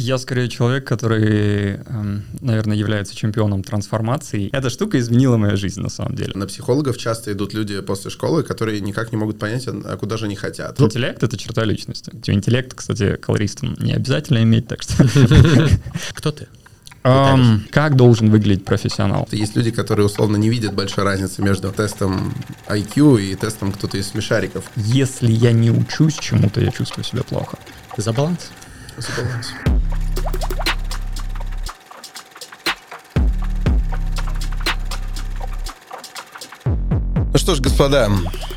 Я скорее человек, который, наверное, является чемпионом трансформации. Эта штука изменила мою жизнь, на самом деле. На психологов часто идут люди после школы, которые никак не могут понять, а куда же они хотят. Интеллект — это черта личности. Интеллект, кстати, колористам не обязательно иметь, так что... Кто ты? Как должен выглядеть профессионал? Есть люди, которые условно не видят большой разницы между тестом IQ и тестом кто-то из смешариков. Если я не учусь чему-то, я чувствую себя плохо. За баланс? За баланс. Ну что ж, господа,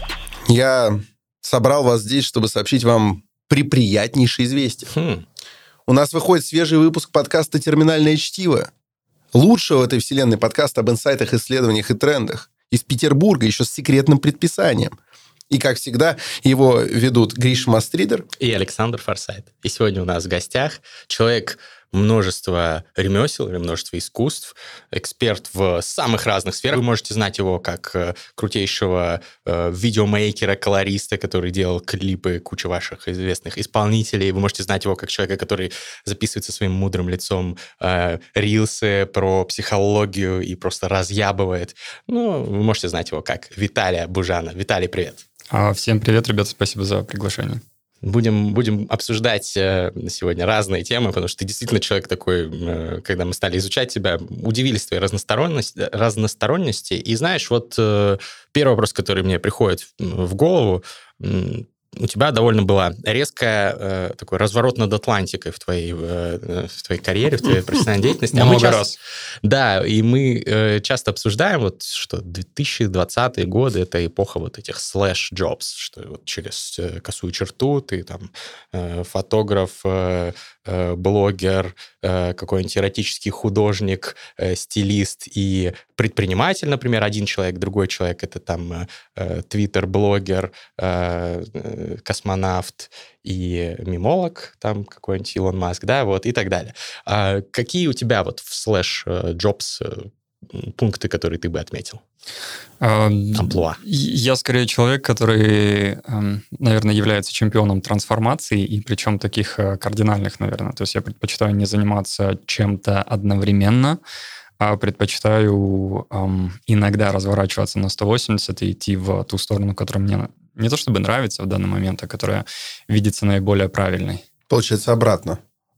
я собрал вас здесь, чтобы сообщить вам приприятнейшее известие. У нас выходит свежий выпуск подкаста «Терминальное чтиво». Лучшего в этой вселенной подкаста об инсайтах, исследованиях и трендах. Из Петербурга, еще с секретным предписанием. И, как всегда, его ведут Гриша Мастридер и Александр Форсайт. И сегодня у нас в гостях человек множества ремесел или множества искусств, эксперт в самых разных сферах. Вы можете знать его как крутейшего видеомейкера, колориста, который делал клипы, куча ваших известных исполнителей. Вы можете знать его как человека, который записывает со своим мудрым лицом рилсы про психологию и просто разъябывает. Ну, вы можете знать его как Виталия Бужана. Виталий, привет. Всем привет, ребята, спасибо за приглашение. Будем обсуждать сегодня разные темы, потому что ты действительно человек такой, когда мы стали изучать тебя, удивились твоей разносторонности. И знаешь, вот первый вопрос, который мне приходит в голову, у тебя довольно была резкая такой разворот над Атлантикой в твоей карьере, в твоей профессиональной деятельности. Много раз. Да, и мы часто обсуждаем, вот, что 2020-е годы — это эпоха вот этих slash-jobs, что вот через косую черту ты там фотограф, блогер, какой-нибудь эротический художник, стилист и предприниматель, например, один человек, другой человек — это там твиттер-блогер, космонавт и мемолог, там какой-нибудь Илон Маск, да, вот, и так далее. Какие у тебя вот в slash-jobs пункты, которые ты бы отметил? Амплуа. Я скорее человек, который, наверное, является чемпионом трансформации, и причем таких кардинальных, наверное. То есть я предпочитаю не заниматься чем-то одновременно, а предпочитаю иногда разворачиваться на 180 и идти в ту сторону, которая мне не то чтобы нравится в данный момент, а которая видится наиболее правильной. Получается, обратно.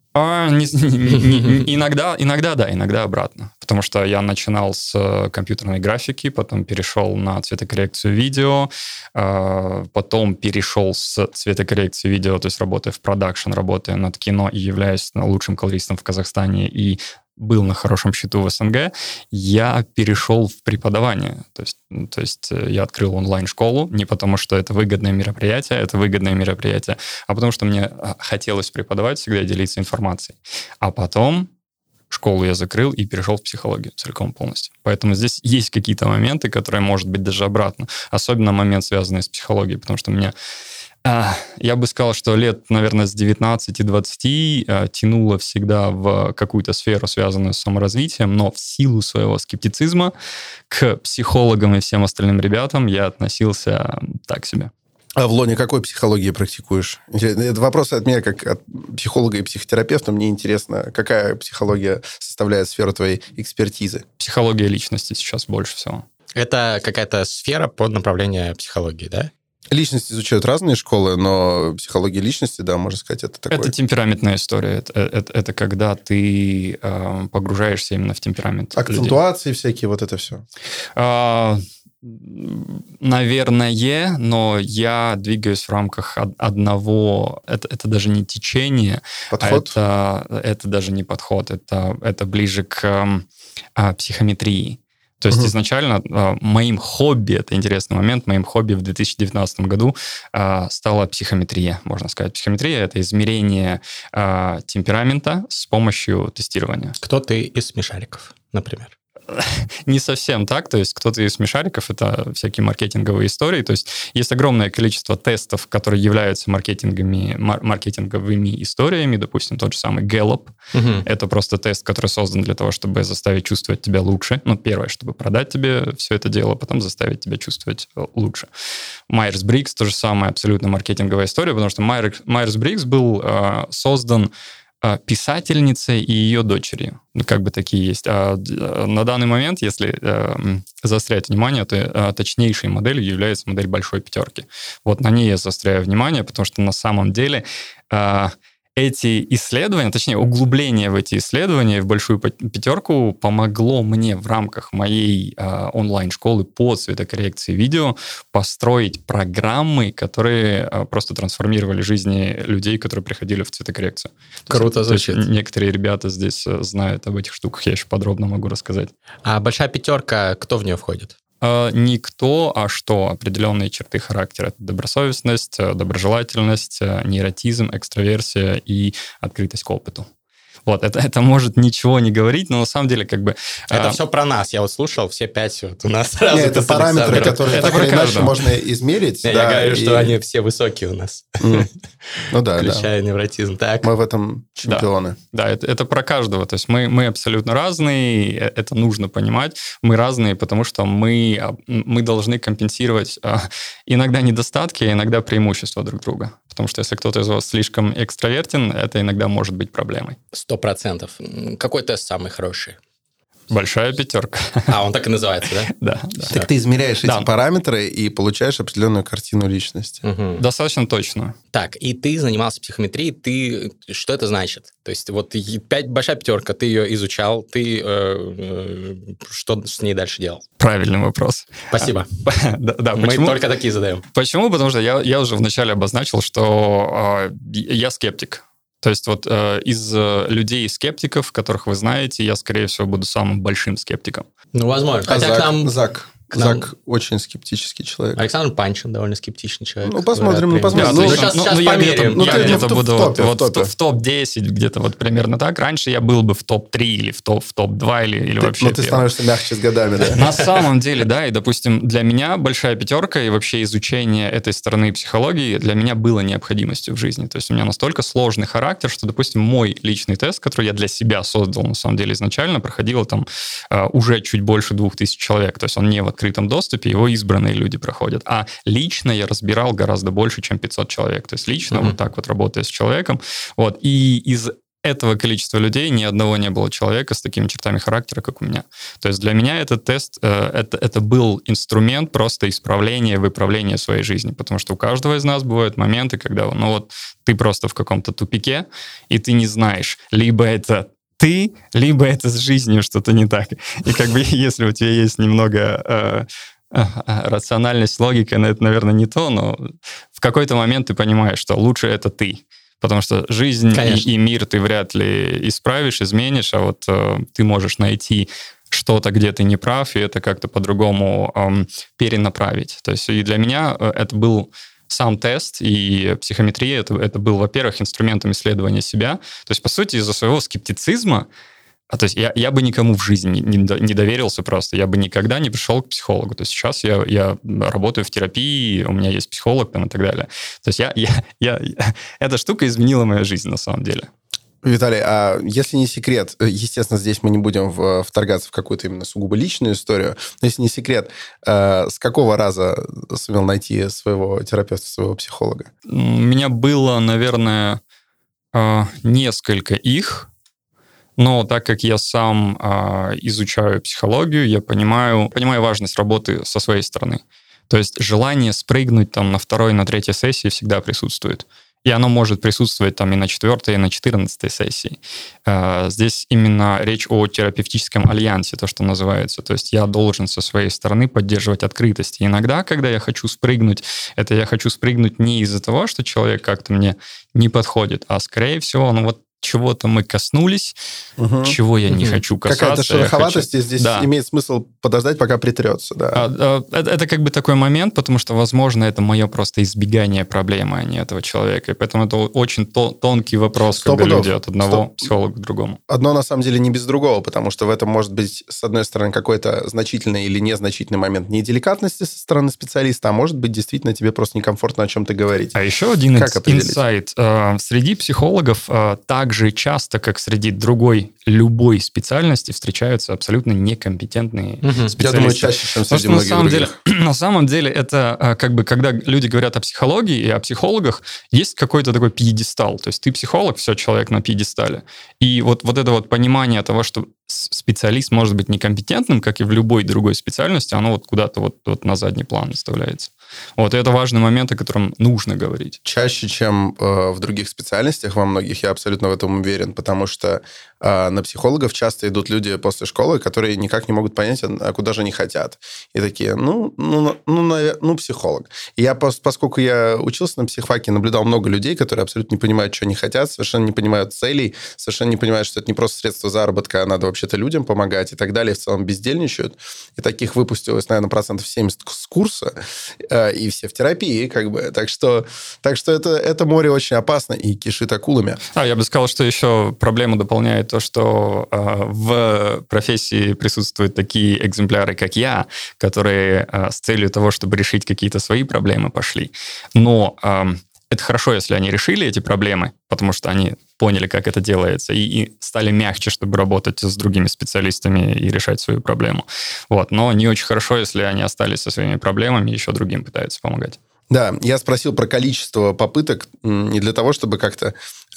Иногда да, иногда обратно. Потому что я начинал с компьютерной графики, потом перешел на цветокоррекцию видео, потом перешел с цветокоррекции видео, то есть работая в продакшн, работая над кино и являясь лучшим колористом в Казахстане и был на хорошем счету в СНГ, я перешел в преподавание. То есть я открыл онлайн-школу не потому, что это выгодное мероприятие, а потому что мне хотелось преподавать, всегда делиться информацией. А потом школу я закрыл и перешел в психологию целиком полностью. Поэтому здесь есть какие-то моменты, которые, может быть, даже обратно. Особенно момент, связанный с психологией, потому что меня... Я бы сказал, что лет, наверное, с 19-20 тянуло всегда в какую-то сферу, связанную с саморазвитием, но в силу своего скептицизма к психологам и всем остальным ребятам я относился так себе. А в лоне какой психологии практикуешь? Это вопрос от меня, как от психолога и психотерапевта. Мне интересно, какая психология составляет сферу твоей экспертизы? Психология личности сейчас больше всего. Это какая-то сфера под направление психологии, да? Личность изучают разные школы, но психология личности, да, можно сказать, это такое. Это темпераментная история. Это когда ты погружаешься именно в темперамент акцентуации людей. Всякие, вот это все. Наверное, но я двигаюсь в рамках одного... Это даже не течение. Подход? Это даже не подход. Это ближе к психометрии. То есть изначально моим хобби, это интересный момент, моим хобби в 2019 году стала психометрия, можно сказать. Психометрия — это измерение темперамента с помощью тестирования. Кто ты из смешариков, например? Не совсем так, то есть кто-то из смешариков — это всякие маркетинговые истории, то есть есть огромное количество тестов, которые являются маркетинговыми историями, допустим, тот же самый Gallup. Это просто тест, который создан для того, чтобы заставить чувствовать тебя лучше. Ну, первое, чтобы продать тебе все это дело, потом заставить тебя чувствовать лучше. Майерс-Бриггс — то же самое, абсолютно маркетинговая история, потому что Майерс-Бриггс был создан писательницей и ее дочерью. Как бы такие есть. На данный момент, если заострять внимание, то точнейшей моделью является модель большой пятерки. Вот на ней я заостряю внимание, потому что на самом деле эти исследования, точнее, углубление в эти исследования, в большую пятерку помогло мне в рамках моей онлайн-школы по цветокоррекции видео построить программы, которые просто трансформировали жизни людей, которые приходили в цветокоррекцию. Круто звучит. Некоторые ребята здесь знают об этих штуках, я еще подробно могу рассказать. А большая пятерка, кто в нее входит? Не кто, а что. Определенные черты характера. Это добросовестность, доброжелательность, нейротизм, экстраверсия и открытость к опыту. Вот, это может ничего не говорить, но на самом деле как бы... Это все про нас. Я вот слушал, все 5 вот у нас сразу. Нет, это параметры, которые так или иначе можно измерить. Я говорю, что они все высокие у нас. Ну да, включая невротизм. Так. Мы в этом чемпионы. Да, это про каждого. То есть мы абсолютно разные, это нужно понимать. Мы разные, потому что мы должны компенсировать иногда недостатки, а иногда преимущества друг друга. Потому что если кто-то из вас слишком экстравертен, это иногда может быть проблемой. 100%. Какой тест самый хороший? Большая пятерка. Он так и называется, да? Да. Так ты измеряешь эти параметры и получаешь определенную картину личности. Достаточно точно. Так, и ты занимался психометрией, что это значит? То есть вот большая пятерка, ты ее изучал, ты что с ней дальше делал? Правильный вопрос. Спасибо. Да, мы только такие задаем. Почему? Потому что я уже вначале обозначил, что я скептик. То есть вот из людей-скептиков, которых вы знаете, я, скорее всего, буду самым большим скептиком. Ну, возможно. Хотя Зак очень скептический человек. Александр Панчин довольно скептичный человек. Ну, посмотрим. Сейчас я где-то буду в топ-10, где-то вот примерно так. Раньше я был бы в топ-3 или в топ-2 или вообще... Но ты становишься мягче с годами, да? На самом деле, да, и, допустим, для меня большая пятерка и вообще изучение этой стороны психологии для меня было необходимостью в жизни. То есть у меня настолько сложный характер, что, допустим, мой личный тест, который я для себя создал, на самом деле, изначально, проходило там уже чуть больше 2000 человек. То есть он не в открытом доступе, его избранные люди проходят. А лично я разбирал гораздо больше, чем 500 человек. То есть лично вот так вот работая с человеком. Вот. И из этого количества людей ни одного не было человека с такими чертами характера, как у меня. То есть для меня этот тест, это был инструмент просто исправления, выправления своей жизни. Потому что у каждого из нас бывают моменты, когда ты просто в каком-то тупике, и ты не знаешь, либо это ты, либо это с жизнью что-то не так. И как бы если у тебя есть немного рациональность, логика, это, наверное, не то, но в какой-то момент ты понимаешь, что лучше это ты. Потому что жизнь и мир ты вряд ли исправишь, изменишь, а вот ты можешь найти что-то, где ты не прав, и это как-то по-другому перенаправить. То есть и для меня это был сам тест, и психометрия это был, во-первых, инструментом исследования себя. То есть, по сути, из-за своего скептицизма, то есть я бы никому в жизни не доверился просто, я бы никогда не пришел к психологу. То есть сейчас я работаю в терапии, у меня есть психолог там, и так далее. То есть эта штука изменила мою жизнь на самом деле. Виталий, а если не секрет, естественно, здесь мы не будем вторгаться в какую-то именно сугубо личную историю, но если не секрет, с какого раза сумел найти своего терапевта, своего психолога? У меня было, наверное, несколько их, но так как я сам изучаю психологию, я понимаю важность работы со своей стороны. То есть желание спрыгнуть там на 2-й, на 3-й сессии всегда присутствует. И оно может присутствовать там и на 4-й, и на 14-й сессии. Здесь именно речь о терапевтическом альянсе, то, что называется. То есть я должен со своей стороны поддерживать открытость. И иногда, когда я хочу спрыгнуть, это я хочу спрыгнуть не из-за того, что человек как-то мне не подходит, а скорее всего, чего-то мы коснулись, чего я не хочу касаться. Какая-то шероховатость, здесь имеет смысл подождать, пока притрется. Да. Это как бы такой момент, потому что, возможно, это мое просто избегание проблемы, а не этого человека. И поэтому это очень тонкий вопрос, когда люди от одного психолога к другому. Одно, на самом деле, не без другого, потому что в этом может быть, с одной стороны, какой-то значительный или незначительный момент неделикатности со стороны специалиста, а может быть, действительно, тебе просто некомфортно о чем-то говорить. А еще один инсайт. Среди психологов также же часто, как среди другой любой специальности, встречаются абсолютно некомпетентные специалисты. Я думаю, чаще, чем среди многих других. На самом деле, это как бы, когда люди говорят о психологии и о психологах, есть какой-то такой пьедестал. То есть ты психолог, все, человек на пьедестале. И вот это вот понимание того, что специалист может быть некомпетентным, как и в любой другой специальности, оно вот куда-то вот на задний план выставляется. Вот, и это важный момент, о котором нужно говорить. Чаще, чем в других специальностях, во многих, я абсолютно в этом уверен, потому что на психологов часто идут люди после школы, которые никак не могут понять, а куда же они хотят. И такие, психолог. И я, поскольку я учился на психфаке, наблюдал много людей, которые абсолютно не понимают, что они хотят, совершенно не понимают целей, совершенно не понимают, что это не просто средство заработка, а надо вообще-то людям помогать и так далее, в целом бездельничают. И таких выпустилось, наверное, 70% с курса, и все в терапии, как бы. Так что это море очень опасно и кишит акулами. Я бы сказал, что еще проблему дополняет то, что в профессии присутствуют такие экземпляры, как я, которые с целью того, чтобы решить какие-то свои проблемы, пошли. Но это хорошо, если они решили эти проблемы, потому что они поняли, как это делается, и стали мягче, чтобы работать с другими специалистами и решать свою проблему. Вот. Но не очень хорошо, если они остались со своими проблемами и еще другим пытаются помогать. Да, я спросил про количество попыток не для того, чтобы как-то,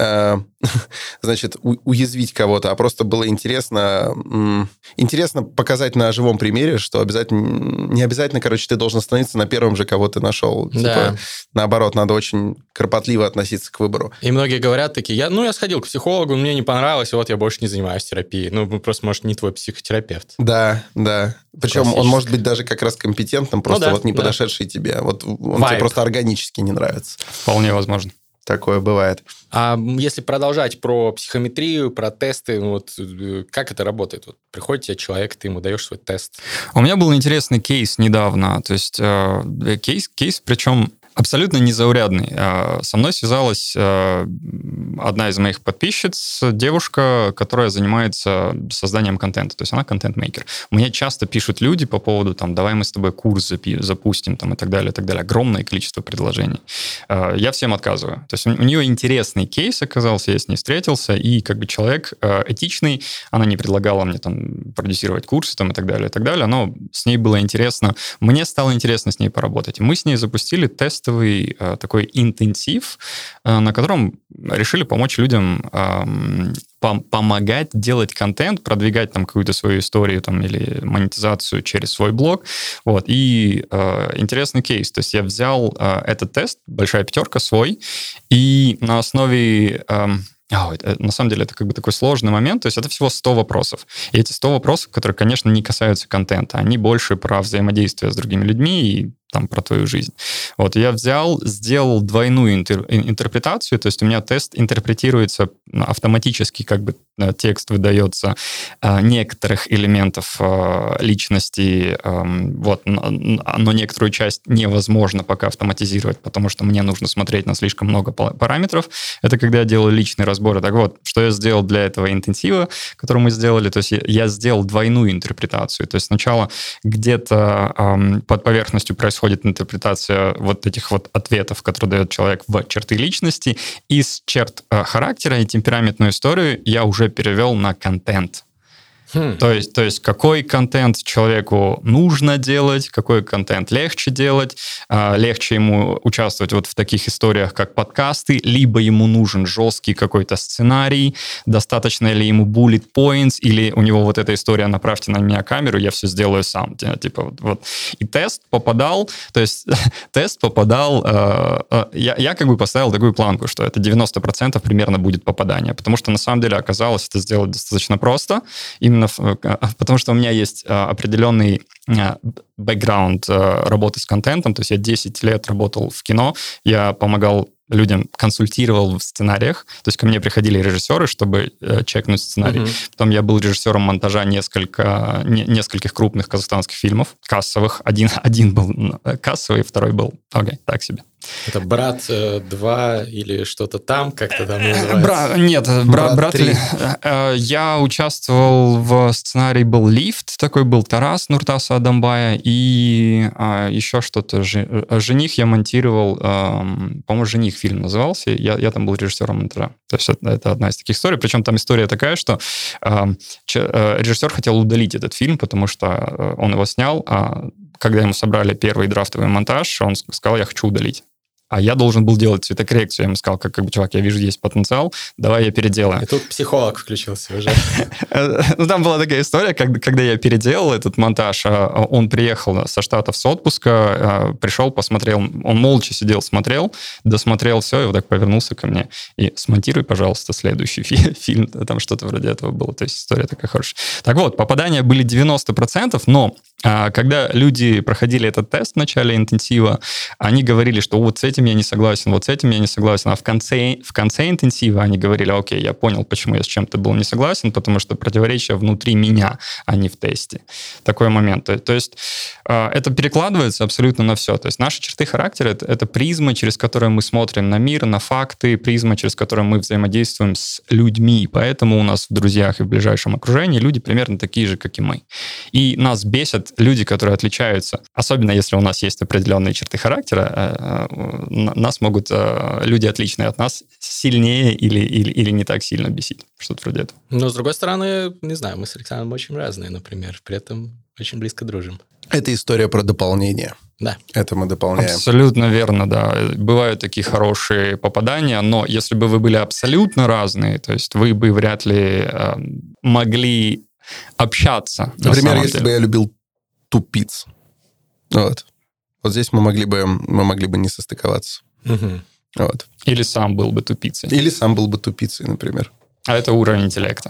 уязвить кого-то, а просто было интересно показать на живом примере, что не обязательно, ты должен остановиться на первом же, кого ты нашел. Да. Наоборот, надо очень кропотливо относиться к выбору. И многие говорят такие, я сходил к психологу, мне не понравилось, и вот я больше не занимаюсь терапией. Просто, может, не твой психотерапевт. Да. Причем он может быть даже как раз компетентным, просто не подошедший тебе. Вот он тебе просто органически не нравится. Вполне возможно. Такое бывает. А если продолжать про психометрию, про тесты, как это работает? Вот приходит тебе человек, ты ему даешь свой тест. У меня был интересный кейс недавно. То есть кейс, причем абсолютно незаурядный. Со мной связалась одна из моих подписчиц, девушка, которая занимается созданием контента. То есть она контент-мейкер. Мне часто пишут люди по поводу, давай мы с тобой курс запустим, и так далее, и так далее. Огромное количество предложений. Я всем отказываю. То есть у нее интересный кейс оказался, я с ней встретился, и человек этичный, она не предлагала мне продюсировать курсы и так далее, но с ней было интересно. Мне стало интересно с ней поработать. И мы с ней запустили тест такой интенсив, на котором решили помочь людям помогать делать контент, продвигать какую-то свою историю или монетизацию через свой блог. Вот. И интересный кейс. То есть я взял этот тест, большая пятерка свой, и на основе... на самом деле, это такой сложный момент. То есть это всего 100 вопросов. И эти 100 вопросов, которые, конечно, не касаются контента, они больше про взаимодействие с другими людьми и про твою жизнь. Вот, я сделал двойную интерпретацию, то есть у меня тест интерпретируется автоматически, текст выдается некоторых элементов личности, но некоторую часть невозможно пока автоматизировать, потому что мне нужно смотреть на слишком много параметров. Это когда я делаю личный разбор. Так вот, что я сделал для этого интенсива, который мы сделали, то есть я сделал двойную интерпретацию. То есть сначала где-то под поверхностью происходит интерпретация этих ответов, которые дает человек в черты личности. Из черт характера и темпераментную историю я уже перевел на контент. То есть какой контент человеку нужно делать, какой контент легче делать, легче ему участвовать в таких историях, как подкасты, либо ему нужен жесткий какой-то сценарий, достаточно ли ему bullet points, или у него эта история, направьте на меня камеру, я все сделаю сам. И тест попадал, я поставил такую планку, что это 90% примерно будет попадание, потому что на самом деле оказалось это сделать достаточно просто, именно потому что у меня есть определенный бэкграунд работы с контентом, то есть я 10 лет работал в кино, я помогал людям, консультировал в сценариях, то есть ко мне приходили режиссеры, чтобы чекнуть сценарий. Потом я был режиссером монтажа нескольких крупных казахстанских фильмов, кассовых. Один был кассовый, второй был так себе. Это «Брат 2» или что-то там, как-то там называется? Брат 3. Я участвовал в сценарии, был «Лифт», такой был Тарас Нуртаса Адамбая, и еще что-то. «Жених» я монтировал, по-моему, «Жених» фильм назывался, я там был режиссером монтажа. То есть это одна из таких историй, причем там история такая, что режиссер хотел удалить этот фильм, потому что он его снял, а когда ему собрали первый драфтовый монтаж, он сказал, я хочу удалить. А я должен был делать цветокоррекцию. Я ему сказал, как бы, чувак, я вижу, есть потенциал, давай я переделаю. И тут психолог включился уже. Ну, там была такая история, когда я переделал этот монтаж, он приехал со Штатов с отпуска, пришел, посмотрел, он молча сидел, смотрел, досмотрел все, и вот так повернулся ко мне. И смонтируй, пожалуйста, следующий фильм. Там что-то вроде этого было. То есть история такая хорошая. Так вот, попадания были 90%, но когда люди проходили этот тест в начале интенсива, они говорили, что вот с этим я не согласен, вот с этим я не согласен. А в конце интенсива они говорили, окей, я понял, почему я с чем-то был не согласен, потому что противоречия внутри меня, а не в тесте. Такой момент. То есть это перекладывается абсолютно на все. То есть наши черты характера — это призма, через которую мы смотрим на мир, на факты, призма, через которую мы взаимодействуем с людьми. Поэтому у нас в друзьях и в ближайшем окружении люди примерно такие же, как и мы. И нас бесят люди, которые отличаются, особенно если у нас есть определенные черты характера, нас могут люди, отличные от нас, сильнее или не так сильно бесить. Что-то вроде этого. Но, с другой стороны, не знаю, мы с Александром очень разные, например, при этом очень близко дружим. Это история про дополнение. Да. Это мы дополняем. Абсолютно верно, да. Бывают такие хорошие попадания, но если бы вы были абсолютно разные, то есть вы бы вряд ли могли общаться. Например, если бы я любил тупиц. Вот здесь мы могли бы не состыковаться. Угу. Вот. Или сам был бы тупицей. Например. А это уровень интеллекта.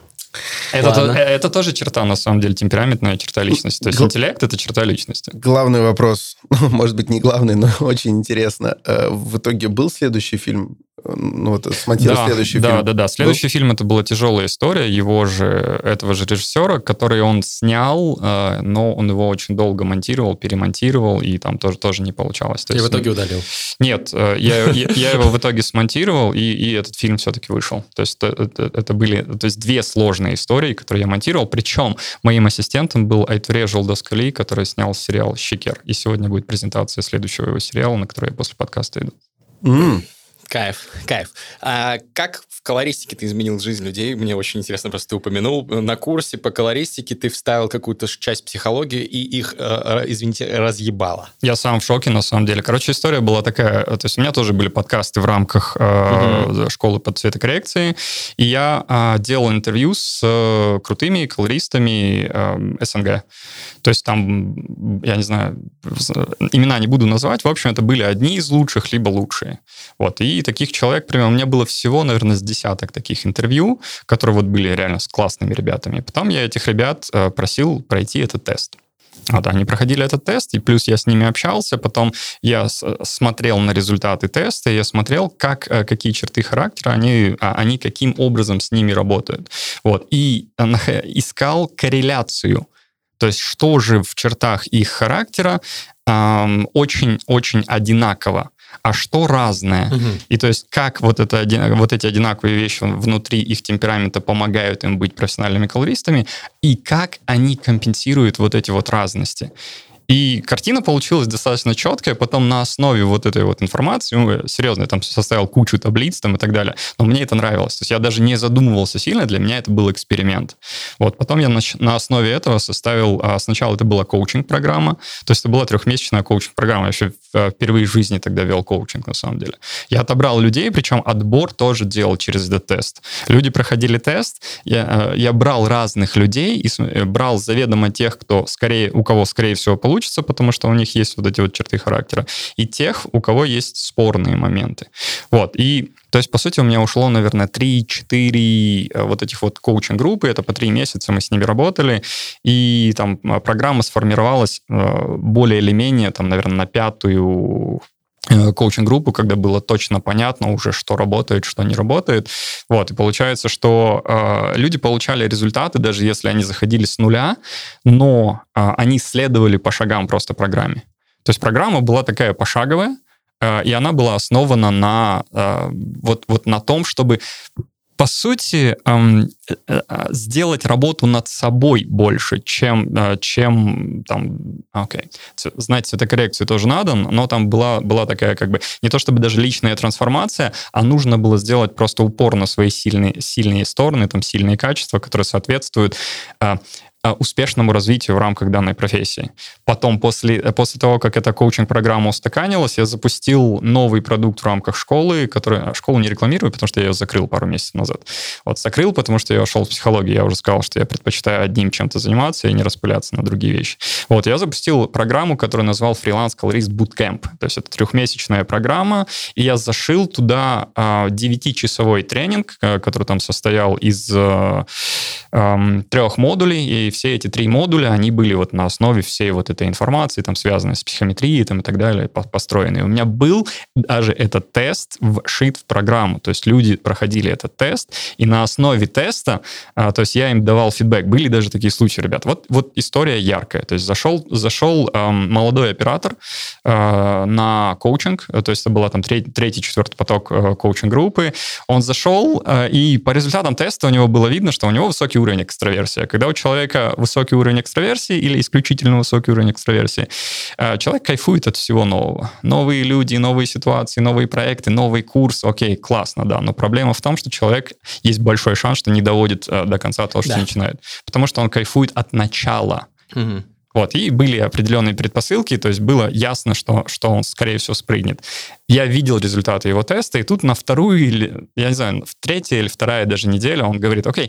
Это тоже черта, на самом деле, темпераментная черта личности. То есть интеллект — это черта личности. Главный вопрос, может быть, не главный, но очень интересно. В итоге был следующий фильм? Смонтировал следующий фильм? Да. Следующий фильм — это была тяжелая история этого же режиссера, который он снял, но он его очень долго монтировал, перемонтировал, и там тоже не получалось. И в итоге удалил? Нет, я его в итоге смонтировал, и этот фильм все-таки вышел. То есть это были две сложные истории, которые я монтировал. Причем моим ассистентом был Айтуре Жолдоскали, который снял сериал «Щекер». И сегодня будет презентация следующего его сериала, на который я после подкаста иду. Кайф. А как в колористике ты изменил жизнь людей? Мне очень интересно, просто ты упомянул. На курсе по колористике ты вставил какую-то часть психологии и их, разъебало. Я сам в шоке, на самом деле. Короче, история была такая. То есть у меня тоже были подкасты в рамках школы по цветокоррекции, и я делал интервью с крутыми колористами СНГ. То есть там, я не знаю, имена не буду называть. В общем, это были одни из лучших, либо лучшие. Вот. И таких человек, примерно, у меня было всего, наверное, с десяток таких интервью, которые вот были реально с классными ребятами. Потом я этих ребят просил пройти этот тест. Вот, они проходили этот тест, и плюс я с ними общался, потом я смотрел на результаты теста, я смотрел, какие черты характера они каким образом с ними работают. Вот, и искал корреляцию. То есть что же в чертах их характера очень-очень одинаково, а что разное. И то есть как вот эти одинаковые вещи внутри их темперамента помогают им быть профессиональными колористами, и как они компенсируют вот эти вот разности. И картина получилась достаточно четкая, потом на основе вот этой вот информации, серьезно, я там составил кучу таблиц там и так далее, но мне это нравилось. То есть я даже не задумывался сильно, для меня это был эксперимент. Вот, потом я на основе этого составил, сначала это была коучинг-программа, то есть это была 3-месячная коучинг-программа, я еще впервые в жизни тогда вел коучинг, на самом деле. Я отобрал людей, причем отбор тоже делал через этот тест. Люди проходили тест, я брал разных людей и брал заведомо тех, у кого, скорее всего, получится, потому что у них есть вот эти вот черты характера, и тех, у кого есть спорные моменты. Вот, и то есть, по сути, у меня ушло, наверное, 3-4 вот этих вот коучинг-группы, это по 3 месяца мы с ними работали, и там программа сформировалась более или менее, там, наверное, на 5-ю коучинг-группу, когда было точно понятно уже, что работает, что не работает. Вот, и получается, что люди получали результаты, даже если они заходили с нуля, но они следовали по шагам просто программе. То есть программа была такая пошаговая, и она была основана на вот на том, чтобы, по сути, сделать работу над собой больше, чем там... Окей. Знать цветокоррекцию тоже надо, но там была такая как бы не то чтобы даже личная трансформация, а нужно было сделать просто упор на свои сильные стороны, там сильные качества, которые соответствуют успешному развитию в рамках данной профессии. Потом, после того, как эта коучинг-программа устаканилась, я запустил новый продукт в рамках школы, школу не рекламирую, потому что я ее закрыл пару месяцев назад. Вот закрыл, потому что я ушел в психологию, я уже сказал, что я предпочитаю одним чем-то заниматься и не распыляться на другие вещи. Вот, я запустил программу, которую назвал Freelance Colorist Bootcamp. То есть это 3-месячная программа, и я зашил туда 9-часовой тренинг, который там состоял из 3 модулей, и все эти 3 модуля, они были вот на основе всей вот этой информации, там, связанной с психометрией там, и так далее, построены. И у меня был даже этот тест вшит в программу. То есть люди проходили этот тест, и на основе теста, то есть я им давал фидбэк. Были даже такие случаи, ребят. Вот история яркая. То есть зашел молодой оператор на коучинг, то есть это была там 3-4 поток коучинг-группы. Он зашел, и по результатам теста у него было видно, что у него высокий уровень экстраверсии. Когда у человека высокий уровень экстраверсии или исключительно высокий уровень экстраверсии, человек кайфует от всего нового. Новые люди, новые ситуации, новые проекты, новый курс. Окей, классно, да. Но проблема в том, что человек, есть большой шанс, что не доводит до конца то, что начинает. Потому что он кайфует от начала. Угу. Вот, и были определенные предпосылки, то есть было ясно, что он, скорее всего, спрыгнет. Я видел результаты его теста, и тут на вторую или, я не знаю, в 3-я или 2-я даже неделя он говорит: окей,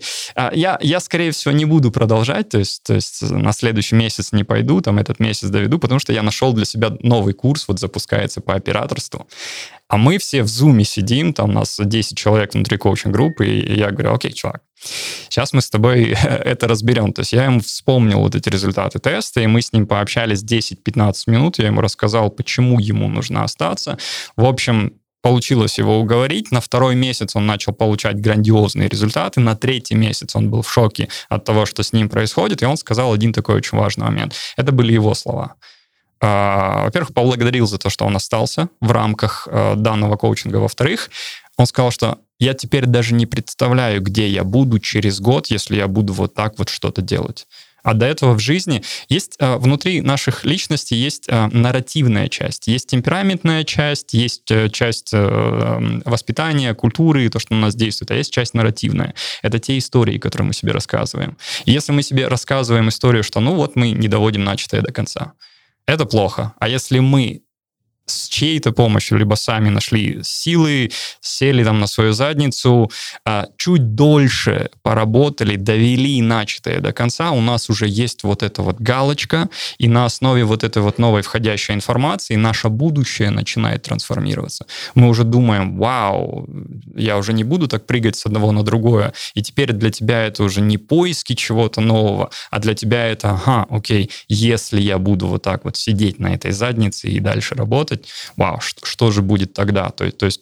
я, скорее всего, не буду продолжать, то есть на следующий месяц не пойду, там этот месяц доведу, потому что я нашел для себя новый курс, вот запускается по операторству. А мы все в Zoom сидим, там у нас 10 человек внутри коучинг-группы, и я говорю: окей, чувак, сейчас мы с тобой это разберем. То есть я ему вспомнил вот эти результаты теста, и мы с ним пообщались 10-15 минут, я ему рассказал, почему ему нужно остаться. В общем, получилось его уговорить. На 2-й месяц он начал получать грандиозные результаты. На 3-й месяц он был в шоке от того, что с ним происходит, и он сказал один такой очень важный момент. Это были его слова. Во-первых, поблагодарил за то, что он остался в рамках данного коучинга. Во-вторых, он сказал, что я теперь даже не представляю, где я буду через год, если я буду вот так вот что-то делать. А до этого в жизни есть внутри наших личностей есть нарративная часть, есть темпераментная часть, есть часть воспитания, культуры, то, что на нас действует, а есть часть нарративная. Это те истории, которые мы себе рассказываем. И если мы себе рассказываем историю, что ну вот мы не доводим начатое до конца, это плохо. А если мы с чьей-то помощью, либо сами нашли силы, сели там на свою задницу, чуть дольше поработали, довели начатое до конца, у нас уже есть вот эта вот галочка, и на основе вот этой вот новой входящей информации наше будущее начинает трансформироваться. Мы уже думаем: вау, я уже не буду так прыгать с одного на другое, и теперь для тебя это уже не поиски чего-то нового, а для тебя это: окей, если я буду вот так вот сидеть на этой заднице и дальше работать, вау, что же будет тогда? То есть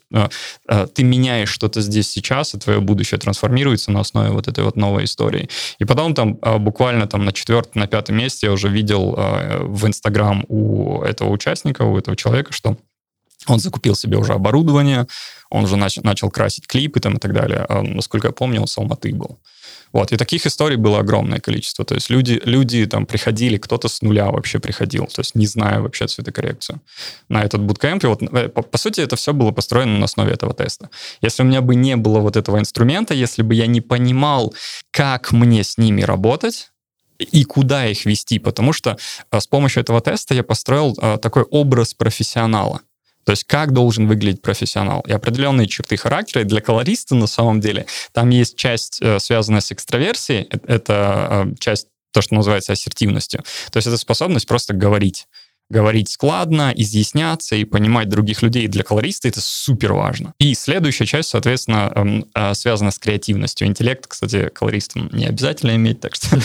ты меняешь что-то здесь сейчас, и твое будущее трансформируется на основе вот этой вот новой истории. И потом там буквально там на 4-м, на 5-м месте я уже видел в Инстаграм у этого участника, у этого человека, что он закупил себе уже оборудование, он уже начал красить клипы там и так далее. Насколько я помню, он с Алматы был. Вот, и таких историй было огромное количество. То есть люди там приходили, кто-то с нуля вообще приходил, то есть не зная вообще цветокоррекцию на этот буткэмп. И вот, по сути, это все было построено на основе этого теста. Если у меня бы не было вот этого инструмента, если бы я не понимал, как мне с ними работать, и куда их вести, потому что с помощью этого теста я построил такой образ профессионала. То есть как должен выглядеть профессионал. И определенные черты характера. И для колориста, на самом деле, там есть часть, связанная с экстраверсией. Это часть, то, что называется ассертивностью. То есть это способность просто говорить. Говорить складно, изъясняться и понимать других людей. Для колориста это супер важно. И следующая часть, соответственно, связана с креативностью. Интеллект, кстати, колористам не обязательно иметь, так что...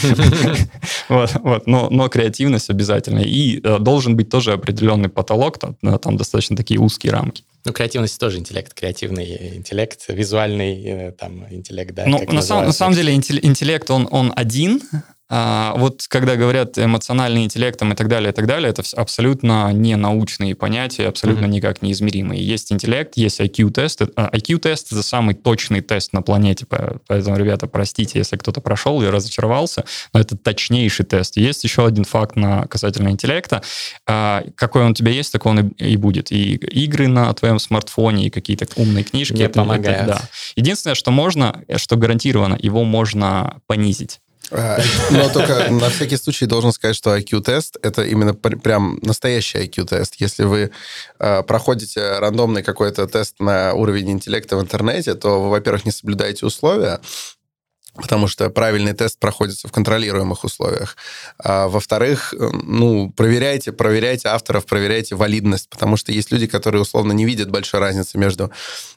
Но креативность обязательно. И должен быть тоже определенный потолок, там достаточно такие узкие рамки. Ну, креативность тоже интеллект, креативный интеллект, визуальный там интеллект, да. Ну, на самом деле интеллект, он один, вот когда говорят эмоциональный интеллект и так далее, это абсолютно не научные понятия, абсолютно никак не измеримые. Есть интеллект, есть IQ-тест. IQ-тест — это самый точный тест на планете, поэтому, ребята, простите, если кто-то прошел и разочаровался, но это точнейший тест. Есть еще один факт касательно интеллекта. Какой он у тебя есть, такой он и будет. И игры на твоем смартфоне, и какие-то умные книжки. Не помогают. Да. Единственное, что гарантированно, его можно понизить. Но только на всякий случай должен сказать, что IQ-тест — это именно прям настоящий IQ-тест. Если вы проходите рандомный какой-то тест на уровень интеллекта в интернете, то вы, во-первых, не соблюдаете условия, потому что правильный тест проходится в контролируемых условиях. А во-вторых, проверяйте авторов, проверяйте валидность, потому что есть люди, которые условно не видят большой разницы между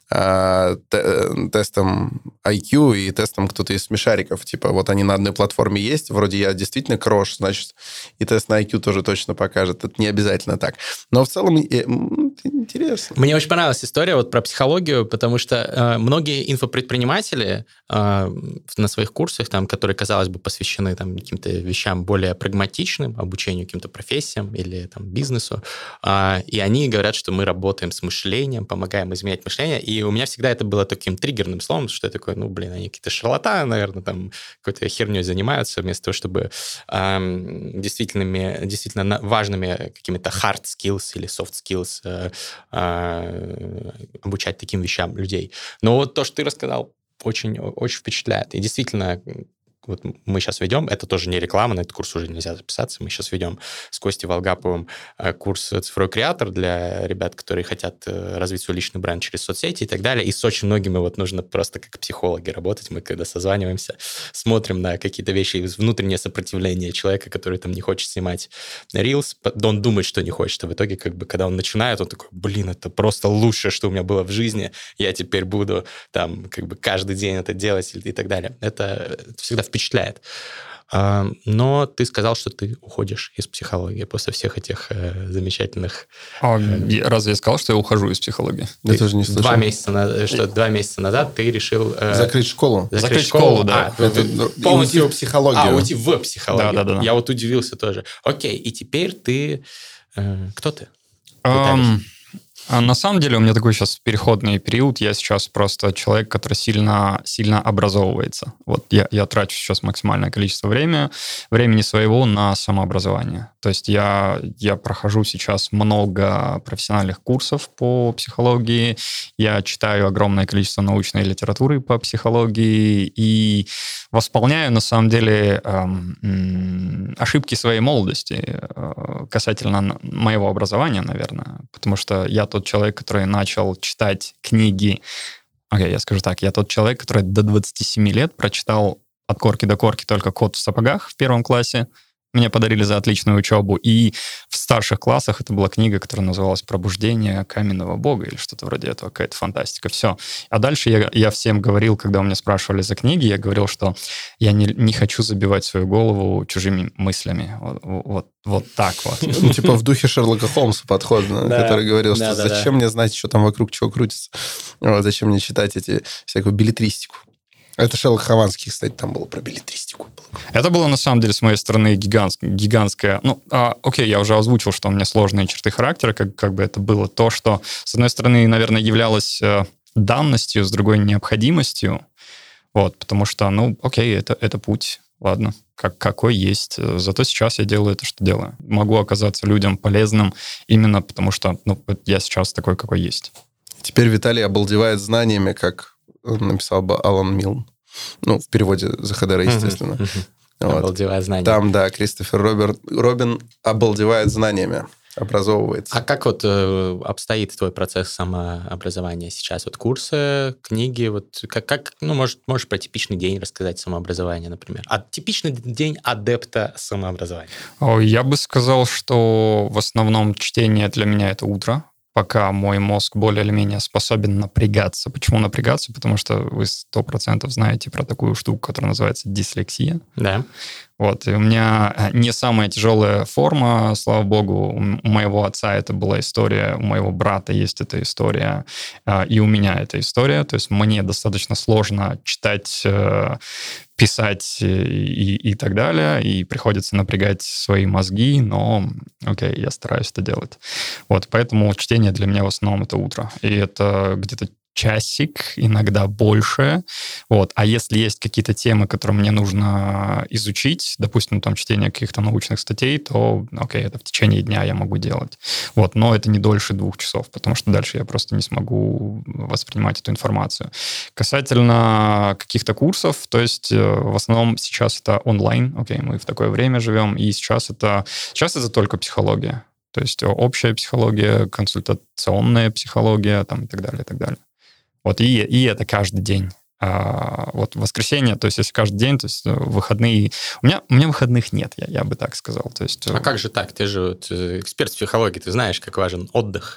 тестом IQ и тестом кто-то из смешариков. Типа, вот они на одной платформе есть, вроде я действительно крош, значит, и тест на IQ тоже точно покажет. Это не обязательно так. Но в целом интересно. Мне очень понравилась история вот про психологию, потому что многие инфопредприниматели на своих курсах, там, которые, казалось бы, посвящены там, каким-то вещам более прагматичным, обучению каким-то профессиям или там, бизнесу, и они говорят, что мы работаем с мышлением, помогаем изменять мышление, и у меня всегда это было таким триггерным словом, что я такой, они какие-то шарлатаны, наверное, там какой-то херней занимаются, вместо того, чтобы действительно важными какими-то hard skills или soft skills обучать таким вещам людей. Но вот то, что ты рассказал, очень, очень впечатляет. И действительно, вот мы сейчас ведем, это тоже не реклама, на этот курс уже нельзя записаться, мы сейчас ведем с Костей Волгаповым курс «Цифровой креатор» для ребят, которые хотят развить свой личный бренд через соцсети и так далее. И с очень многими вот нужно просто как психологи работать. Мы когда созваниваемся, смотрим на какие-то вещи, внутреннее сопротивление человека, который там не хочет снимать Reels, он думает, что не хочет, а в итоге, как бы, когда он начинает, он такой, это просто лучшее, что у меня было в жизни, я теперь буду там как бы каждый день это делать и так далее. Это всегда впечатляет. Но ты сказал, что ты уходишь из психологии после всех этих замечательных... Разве я сказал, что я ухожу из психологии? Я тоже не слышал. 2 месяца назад ты решил... Закрыть школу. Закрыть школу, да. Полностью в психологию. Уйти в психологию. Да. Я вот удивился тоже. Окей, и теперь ты... Кто ты? На самом деле у меня такой сейчас переходный период. Я сейчас просто человек, который сильно образовывается. Вот я трачу сейчас максимальное количество времени своего на самообразование. То есть я прохожу сейчас много профессиональных курсов по психологии, я читаю огромное количество научной литературы по психологии и восполняю, на самом деле, ошибки своей молодости касательно моего образования, наверное. Потому что я тот человек, который начал читать книги... я скажу так, я тот человек, который до 27 лет прочитал от корки до корки только «Кот в сапогах» в 1 классе. Мне подарили за отличную учебу. И в старших классах это была книга, которая называлась «Пробуждение каменного бога» или что-то вроде этого, какая-то фантастика. Все. А дальше я всем говорил, когда у меня спрашивали за книги, я говорил, что я не хочу забивать свою голову чужими мыслями. Вот так вот. Типа в духе Шерлока Холмса подход, который говорил, что зачем мне знать, что там вокруг чего крутится? Зачем мне читать всякую беллетристику? Это Шерлок Хованский, кстати, там было про беллетристику. Это было, на самом деле, с моей стороны гигантское... я уже озвучил, что у меня сложные черты характера, как бы это было то, что, с одной стороны, наверное, являлось данностью, с другой — необходимостью. Вот, потому что, это путь. Ладно, какой есть. Зато сейчас я делаю это, что делаю. Могу оказаться людям полезным именно потому, что я сейчас такой, какой есть. Теперь Виталий обалдевает знаниями, как написал бы Алан Милн. В переводе Захадера, естественно. Обалдевает знаниями. Там, да, Кристофер Робин обалдевает знаниями, образовывается. А как вот обстоит твой процесс самообразования сейчас? Вот курсы, книги, можешь про типичный день рассказать самообразования, например. Типичный день адепта самообразования. Я бы сказал, что в основном чтение для меня — это утро, пока мой мозг более или менее способен напрягаться. Почему напрягаться? Потому что вы 100% знаете про такую штуку, которая называется дислексия. Да. Вот, и у меня не самая тяжелая форма, слава богу. У моего отца это была история, у моего брата есть эта история, и у меня эта история. То есть мне достаточно сложно читать писать и так далее, и приходится напрягать свои мозги, но, окей, я стараюсь это делать. Вот, поэтому чтение для меня в основном это утро. И это где-то часик, иногда больше. Вот. А если есть какие-то темы, которые мне нужно изучить, допустим, там чтение каких-то научных статей, то, окей, это в течение дня я могу делать. Вот. Но это не дольше 2 часов, потому что дальше я просто не смогу воспринимать эту информацию. Касательно каких-то курсов, то есть в основном сейчас это онлайн, окей, мы в такое время живем, и сейчас это только психология. То есть общая психология, консультационная психология там, и так далее, и так далее. Вот, и это каждый день. Вот воскресенье, то есть если каждый день, то есть выходные... У меня выходных нет, я бы так сказал. То есть, а как же так? Ты же эксперт в психологии, ты знаешь, как важен отдых.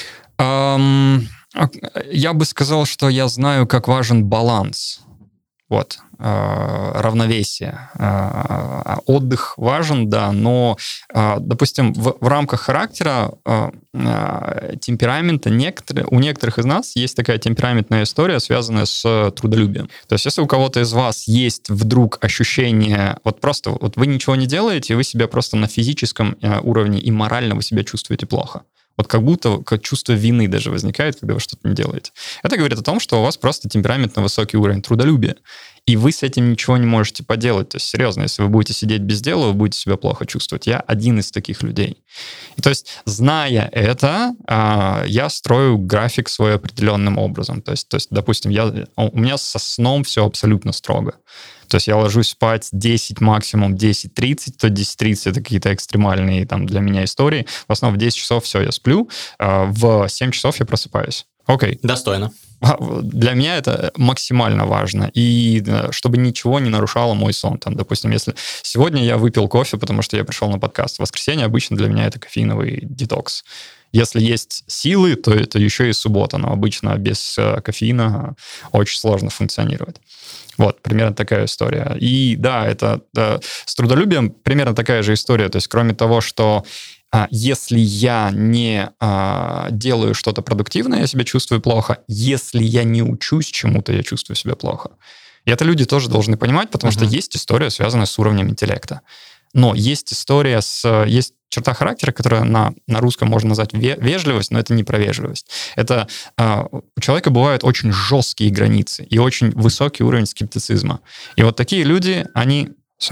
Я бы сказал, что я знаю, как важен баланс. Вот, равновесие. Отдых важен, да, но, допустим, в рамках характера темперамента у некоторых из нас есть такая темпераментная история, связанная с трудолюбием. То есть если у кого-то из вас есть вдруг ощущение, вот просто вот вы ничего не делаете, вы себя просто на физическом уровне и морально вы себя чувствуете плохо. Вот как будто чувство вины даже возникает, когда вы что-то не делаете. Это говорит о том, что у вас просто темпераментно высокий уровень трудолюбия, и вы с этим ничего не можете поделать. То есть, серьезно, если вы будете сидеть без дела, вы будете себя плохо чувствовать. Я один из таких людей. И то есть, зная это, я строю график свой определенным образом. То есть допустим, у меня со сном все абсолютно строго. То есть я ложусь спать 10, максимум 10:30, то 10:30 это какие-то экстремальные там для меня истории. В основном в 10 часов все, я сплю, в 7 часов я просыпаюсь. Окей. Достойно. Для меня это максимально важно. И чтобы ничего не нарушало мой сон. Там, допустим, если сегодня я выпил кофе, потому что я пришел на подкаст, в воскресенье обычно для меня это кофеиновый детокс. Если есть силы, то это еще и суббота, но обычно без кофеина очень сложно функционировать. Вот, примерно такая история. И да, с трудолюбием примерно такая же история. То есть кроме того, что если я не делаю что-то продуктивное, я себя чувствую плохо. Если я не учусь чему-то, я чувствую себя плохо. И это люди тоже должны понимать, потому что есть история, связанная с уровнем интеллекта. Но есть история есть черта характера, которая на русском можно назвать вежливость, но это не про вежливость. Это у человека бывают очень жесткие границы и очень высокий уровень скептицизма. И вот такие люди, они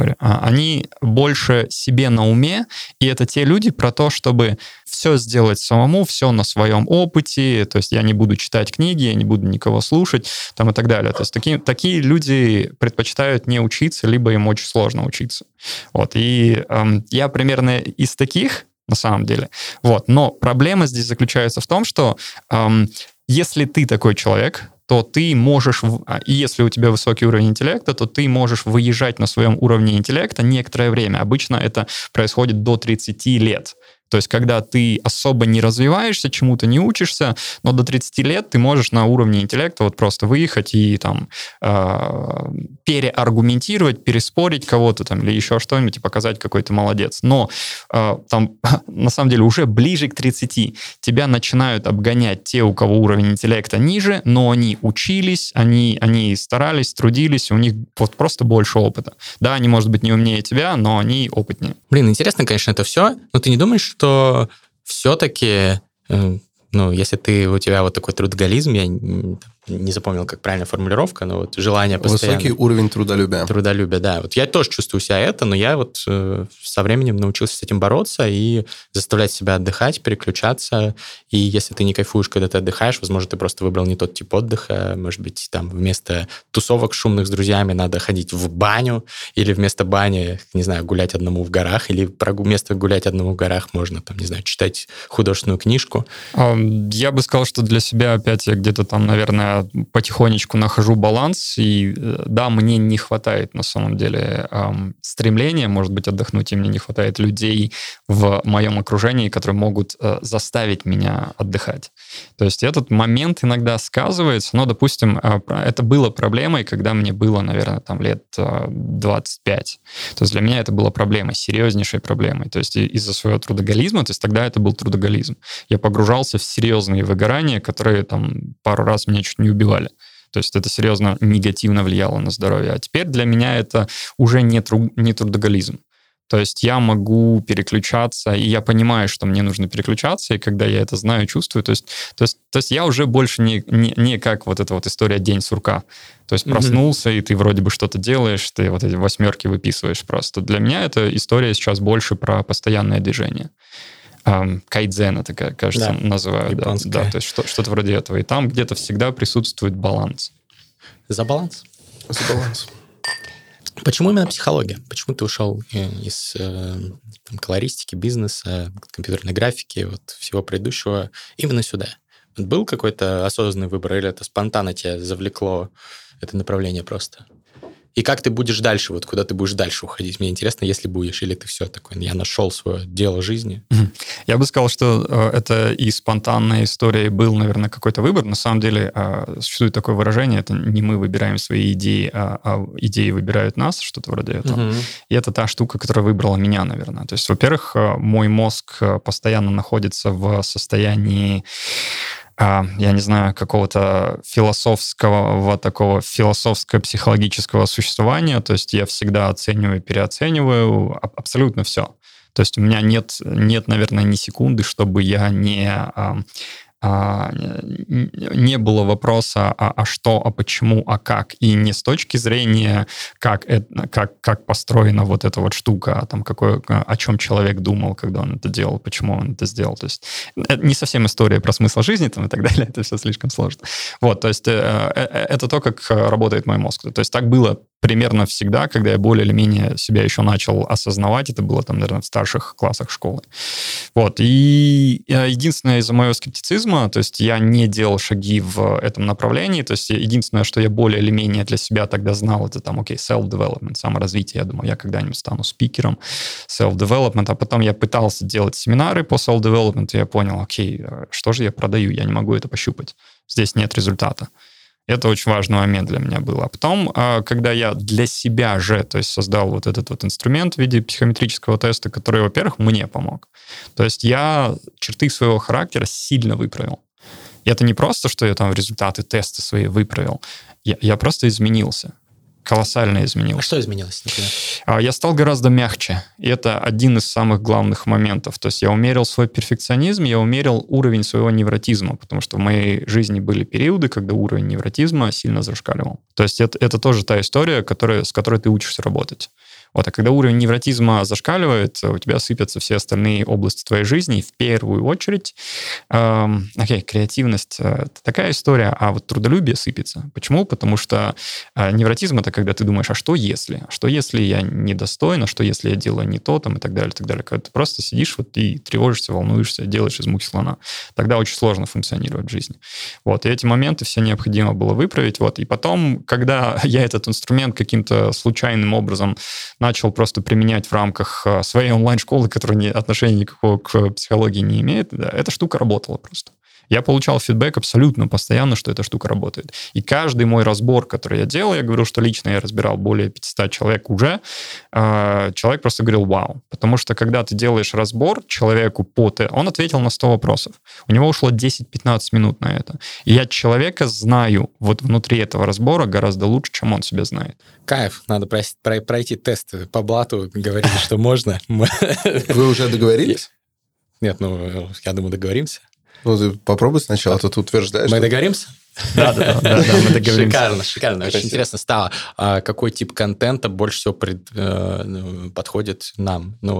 больше себе на уме, и это те люди про то, чтобы все сделать самому, все на своем опыте, то есть я не буду читать книги, я не буду никого слушать, там и так далее. То есть такие люди предпочитают не учиться, либо им очень сложно учиться. Вот, и я примерно из таких, на самом деле. Вот, но проблема здесь заключается в том, что если ты такой человек, то ты можешь, и если у тебя высокий уровень интеллекта, то ты можешь выезжать на своем уровне интеллекта некоторое время. Обычно это происходит до 30 лет. То есть, когда ты особо не развиваешься, чему-то не учишься, но до 30 лет ты можешь на уровне интеллекта вот просто выехать и там переаргументировать, переспорить кого-то там или еще что-нибудь и показать, какой ты молодец. Но там, на самом деле, уже ближе к 30 тебя начинают обгонять те, у кого уровень интеллекта ниже, но они учились, они старались, трудились, у них вот просто больше опыта. Да, они, может быть, не умнее тебя, но они опытнее. Блин, интересно, конечно, это все, но ты не думаешь, что все-таки, если у тебя вот такой трудоголизм, я не запомнил, как правильная формулировка, но вот желание постоянно... Высокий уровень трудолюбия. Трудолюбия, да. Вот я тоже чувствую себя это, но я вот со временем научился с этим бороться и заставлять себя отдыхать, переключаться. И если ты не кайфуешь, когда ты отдыхаешь, возможно, ты просто выбрал не тот тип отдыха. Может быть, там вместо тусовок шумных с друзьями надо ходить в баню, или вместо бани, не знаю, гулять одному в горах, или вместо гулять одному в горах можно, там, не знаю, читать художественную книжку. Я бы сказал, что для себя опять я где-то там, наверное, потихонечку нахожу баланс, и да, мне не хватает на самом деле стремления, может быть, отдохнуть, и мне не хватает людей в моем окружении, которые могут заставить меня отдыхать. То есть этот момент иногда сказывается, но, допустим, это было проблемой, когда мне было, наверное, там лет 25. То есть для меня это была проблема, серьезнейшей проблемой. То есть из-за своего трудоголизма, то есть тогда это был трудоголизм. Я погружался в серьезные выгорания, которые там пару раз меня чуть не убивали. То есть это серьезно негативно влияло на здоровье. А теперь для меня это уже не трудоголизм. То есть я могу переключаться, и я понимаю, что мне нужно переключаться, и когда я это знаю, чувствую, то есть я уже больше не как вот эта вот история «день сурка». То есть проснулся, и ты вроде бы что-то делаешь, ты вот эти 8 выписываешь просто. Для меня эта история сейчас больше про постоянное движение. Кайдзен это, кажется, называют. Да, то есть что-то вроде этого. И там где-то всегда присутствует баланс. За баланс? За баланс. Почему именно психология? Почему ты ушел из колористики, бизнеса, компьютерной графики, вот всего предыдущего именно сюда? Был какой-то осознанный выбор, или это спонтанно тебя завлекло это направление просто? И как ты будешь дальше, вот куда ты будешь дальше уходить? Мне интересно, если будешь, или ты все такое, я нашел свое дело жизни. Я бы сказал, что это и спонтанная история, и был, наверное, какой-то выбор. На самом деле существует такое выражение, это не мы выбираем свои идеи, а идеи выбирают нас, что-то вроде этого. И это та штука, которая выбрала меня, наверное. То есть, во-первых, мой мозг постоянно находится в состоянии, я не знаю, какого-то философско-психологического существования. То есть я всегда оцениваю, переоцениваю абсолютно все. То есть у меня нет, наверное, ни секунды, чтобы я не было вопроса а что, а почему, а как. И не с точки зрения, как построена вот эта вот штука, а там о чем человек думал, когда он это делал, почему он это сделал. То есть это не совсем история про смысл жизни там, и так далее, это все слишком сложно. Вот, то есть это то, как работает мой мозг. То есть так было примерно всегда, когда я более или менее себя еще начал осознавать. Это было там, наверное, в старших классах школы. Вот. И единственное из-за моего скептицизма, то есть я не делал шаги в этом направлении, то есть единственное, что я более или менее для себя тогда знал, это там, self-development, саморазвитие. Я думал, я когда-нибудь стану спикером self-development, а потом я пытался делать семинары по self-development, и я понял, что же я продаю? Я не могу это пощупать. Здесь нет результата. Это очень важный момент для меня был. А потом, когда я для себя же, то есть создал вот этот вот инструмент в виде психометрического теста, который, во-первых, мне помог. То есть я черты своего характера сильно выправил. И это не просто, что я там результаты теста свои выправил. Я просто изменился. Колоссально изменился. А что изменилось, например? Я стал гораздо мягче. И это один из самых главных моментов. То есть я умерил свой перфекционизм, я умерил уровень своего невротизма, потому что в моей жизни были периоды, когда уровень невротизма сильно зашкаливал. То есть это тоже та история, с которой ты учишься работать. Вот, а когда уровень невротизма зашкаливает, у тебя сыпятся все остальные области твоей жизни, и в первую очередь, креативность — это такая история, а вот трудолюбие сыпется. Почему? Потому что невротизм — это когда ты думаешь, а что если? А что если я недостоин? А что если я делаю не то? Там, и так далее, и так далее. Когда ты просто сидишь вот, и тревожишься, волнуешься, делаешь из мухи слона. Тогда очень сложно функционировать в жизни. Вот, и эти моменты все необходимо было выправить. Вот, и потом, когда я этот инструмент каким-то случайным образом начал просто применять в рамках своей онлайн-школы, которая отношения никакого к психологии не имеет, да, эта штука работала просто. Я получал фидбэк абсолютно постоянно, что эта штука работает. И каждый мой разбор, который я делал, я говорил, что лично я разбирал более 500 человек уже, человек просто говорил «вау». Потому что когда ты делаешь разбор человеку он ответил на 100 вопросов. У него ушло 10-15 минут на это. И я человека знаю вот внутри этого разбора гораздо лучше, чем он себя знает. Кайф. Надо пройти тест по блату. Говорили, что можно. Вы уже договорились? Нет, я думаю, договоримся. Ты попробуй сначала, ты утверждаешь. Мы договоримся? Да, мы договоримся. Шикарно. Очень интересно стало. Какой тип контента больше всего подходит нам? У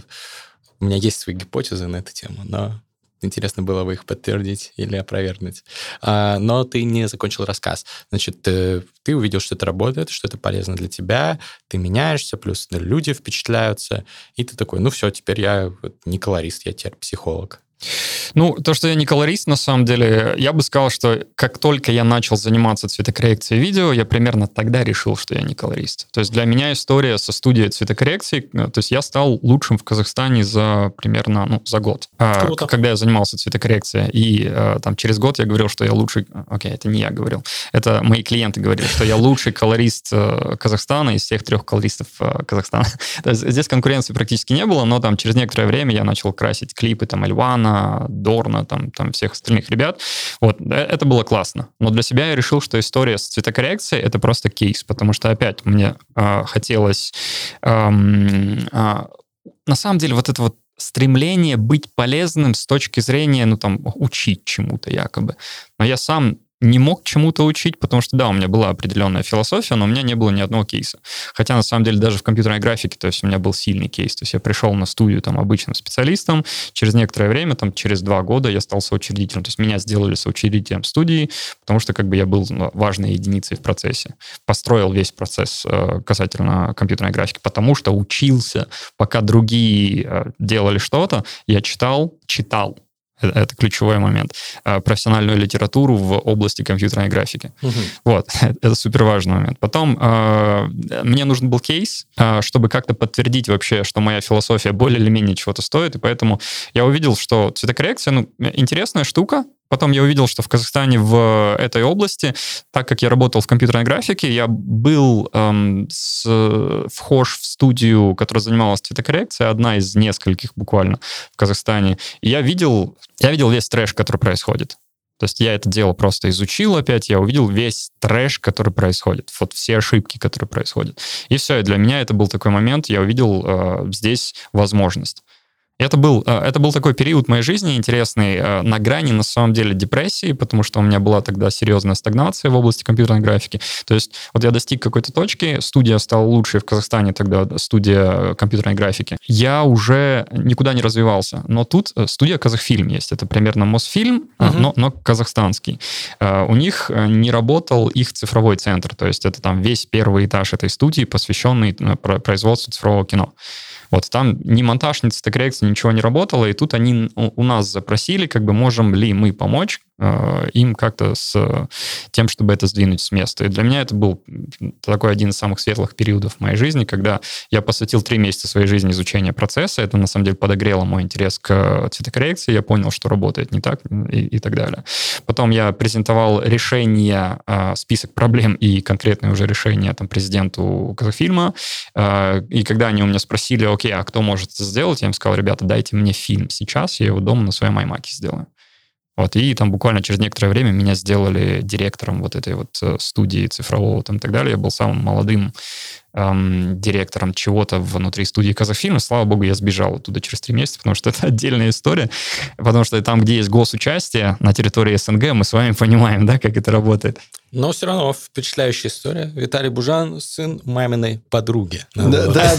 меня есть свои гипотезы на эту тему, но интересно было бы их подтвердить или опровергнуть. Но ты не закончил рассказ. Значит, ты увидел, что это работает, что это полезно для тебя, ты меняешься, плюс люди впечатляются, и ты такой, все, теперь я не колорист, я теперь психолог. То, что я не колорист, на самом деле, я бы сказал, что как только я начал заниматься цветокоррекцией видео, я примерно тогда решил, что я не колорист. То есть для меня история со студией цветокоррекции, то есть я стал лучшим в Казахстане примерно за год. Когда я занимался цветокоррекцией, и там через год я говорил, что я лучший... это не я говорил. Это мои клиенты говорили, что я лучший колорист Казахстана из всех 3 колористов Казахстана. То есть здесь конкуренции практически не было, но там через некоторое время я начал красить клипы Эльвана, Ивана, Дорна, там всех остальных ребят. Вот, это было классно. Но для себя я решил, что история с цветокоррекцией — это просто кейс, потому что опять мне хотелось... на самом деле вот это вот стремление быть полезным с точки зрения, учить чему-то якобы. Но я сам не мог чему-то учить, потому что, да, у меня была определенная философия, но у меня не было ни одного кейса. Хотя, на самом деле, даже в компьютерной графике, то есть у меня был сильный кейс. То есть я пришел на студию обычным специалистом, через некоторое время, через 2 года я стал соучредителем. То есть меня сделали соучредителем студии, потому что я был важной единицей в процессе. Построил весь процесс касательно компьютерной графики, потому что учился, пока другие делали что-то, я читал, это ключевой момент, профессиональную литературу в области компьютерной графики. Вот, это супер важный момент. Потом мне нужен был кейс, чтобы как-то подтвердить вообще, что моя философия более или менее чего-то стоит, и поэтому я увидел, что цветокоррекция, интересная штука. Потом я увидел, что в Казахстане в этой области, так как я работал в компьютерной графике, я был вхож в студию, которая занималась цветокоррекцией, одна из нескольких буквально в Казахстане. И я видел весь трэш, который происходит. То есть я это дело просто изучил опять, я увидел весь трэш, который происходит, вот все ошибки, которые происходят. И все, и для меня это был такой момент, я увидел здесь возможность. Это был такой период моей жизни интересный, на грани, на самом деле, депрессии, потому что у меня была тогда серьезная стагнация в области компьютерной графики. То есть вот я достиг какой-то точки, студия стала лучшей в Казахстане тогда, студия компьютерной графики. Я уже никуда не развивался. Но тут студия Казахфильм есть. Это примерно Мосфильм, но казахстанский. У них не работал их цифровой центр. То есть это весь первый этаж этой студии, посвященный производству цифрового кино. Вот там ни монтаж, ни цветокоррекция, ничего не работало, и тут они у нас запросили, можем ли мы помочь им как-то с тем, чтобы это сдвинуть с места. И для меня это был такой один из самых светлых периодов в моей жизни, когда я посвятил 3 месяца своей жизни изучению процесса. Это, на самом деле, подогрело мой интерес к цветокоррекции. Я понял, что работает не так и так далее. Потом я презентовал решение, список проблем и конкретные уже решения президенту Казахфильма. И когда они у меня спросили, окей, а кто может это сделать, я им сказал, ребята, дайте мне фильм сейчас, я его дома на своем iMac сделаю. Вот, и буквально через некоторое время меня сделали директором вот этой вот студии цифрового и так далее. Я был самым молодым директором чего-то внутри студии Казахфильма. Слава богу, я сбежал оттуда через 3 месяца, потому что это отдельная история. Потому что там, где есть госучастие на территории СНГ, мы с вами понимаем, да, как это работает. Но все равно впечатляющая история. Виталий Бужан, сын маминой подруги. Да.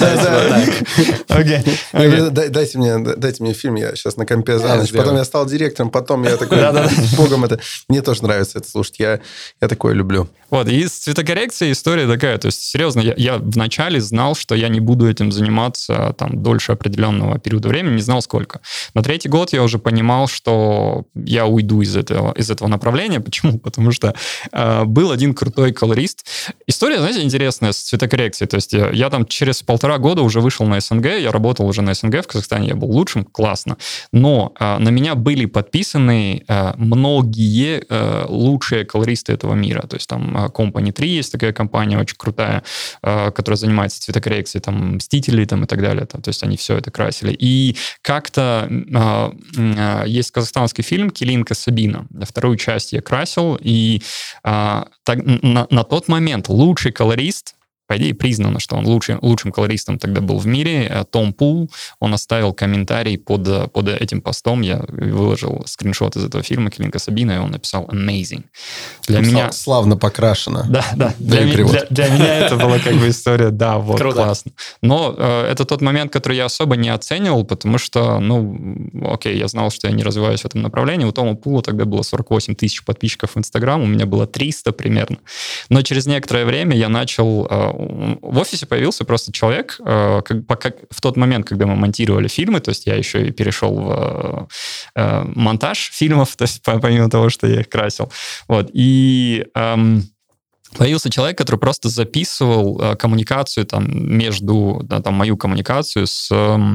Дайте мне фильм, я сейчас на компе за ночь. Потом я стал директором, потом я такой, с Богом это... Мне тоже нравится это слушать, я такое люблю. Вот, и с цветокоррекцией история такая, то есть, серьезно, я вначале знал, что я не буду этим заниматься дольше определенного периода времени, не знал сколько. На 3-й год я уже понимал, что я уйду из этого направления. Почему? Потому что был один крутой колорист. История, знаете, интересная с цветокоррекцией. То есть я через 1,5 года уже вышел на СНГ, я работал уже на СНГ, в Казахстане я был лучшим, классно. Но на меня были подписаны многие лучшие колористы этого мира. То есть Company 3 есть такая компания очень крутая, которая занимается цветокоррекцией, Мстители и так далее. То есть они все это красили. И как-то есть казахстанский фильм «Келинка Сабина». 2-ю часть я красил, и на тот момент лучший колорист, по идее, признано, что он лучшим колористом тогда был в мире. Том Пул, он оставил комментарий под этим постом. Я выложил скриншот из этого фильма «Келинка Сабина», и он написал «amazing». Для меня... Славно покрашено. Да. Для меня это была история, да, вот, круто. Классно. Но это тот момент, который я особо не оценивал, потому что, окей, я знал, что я не развиваюсь в этом направлении. У Тома Пула тогда было 48 тысяч подписчиков в Инстаграм, у меня было 300 примерно. Но через некоторое время я начал... В офисе появился просто человек, в тот момент, когда мы монтировали фильмы, то есть я еще и перешел в монтаж фильмов, то есть помимо того, что я их красил. Вот. И появился человек, который просто записывал коммуникацию там между, там, мою коммуникацию с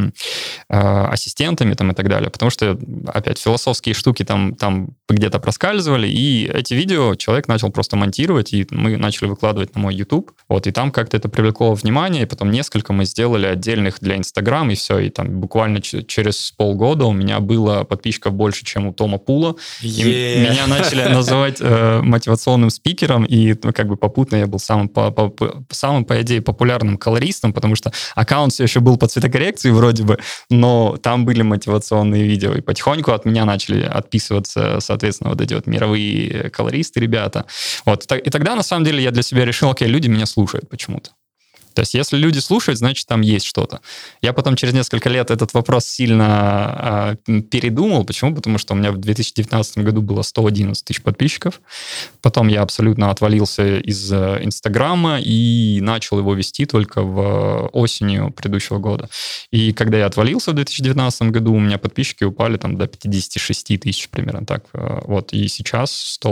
ассистентами там и так далее, потому что, опять, философские штуки там где-то проскальзывали, и эти видео человек начал просто монтировать, и мы начали выкладывать на мой YouTube, вот, и там как-то это привлекло внимание, и потом несколько мы сделали отдельных для Instagram, и все, и там буквально через полгода у меня было подписчиков больше, чем у Тома Пула, и меня начали называть мотивационным спикером, и как бы попутно я был самым, по идее, популярным колористом, потому что аккаунт все еще был по цветокоррекции вроде бы, но там были мотивационные видео, и потихоньку от меня начали отписываться, соответственно, вот эти вот мировые колористы, ребята. Вот. И тогда, на самом деле, я для себя решил, окей, люди меня слушают почему-то. То есть если люди слушают, значит, там есть что-то. Я потом через несколько лет этот вопрос сильно передумал. Почему? Потому что у меня в 2019 году было 111 тысяч подписчиков. Потом я абсолютно отвалился из Инстаграма и начал его вести только осенью предыдущего года. И когда я отвалился в 2019 году, у меня подписчики упали там до 56 тысяч примерно так. Вот. И сейчас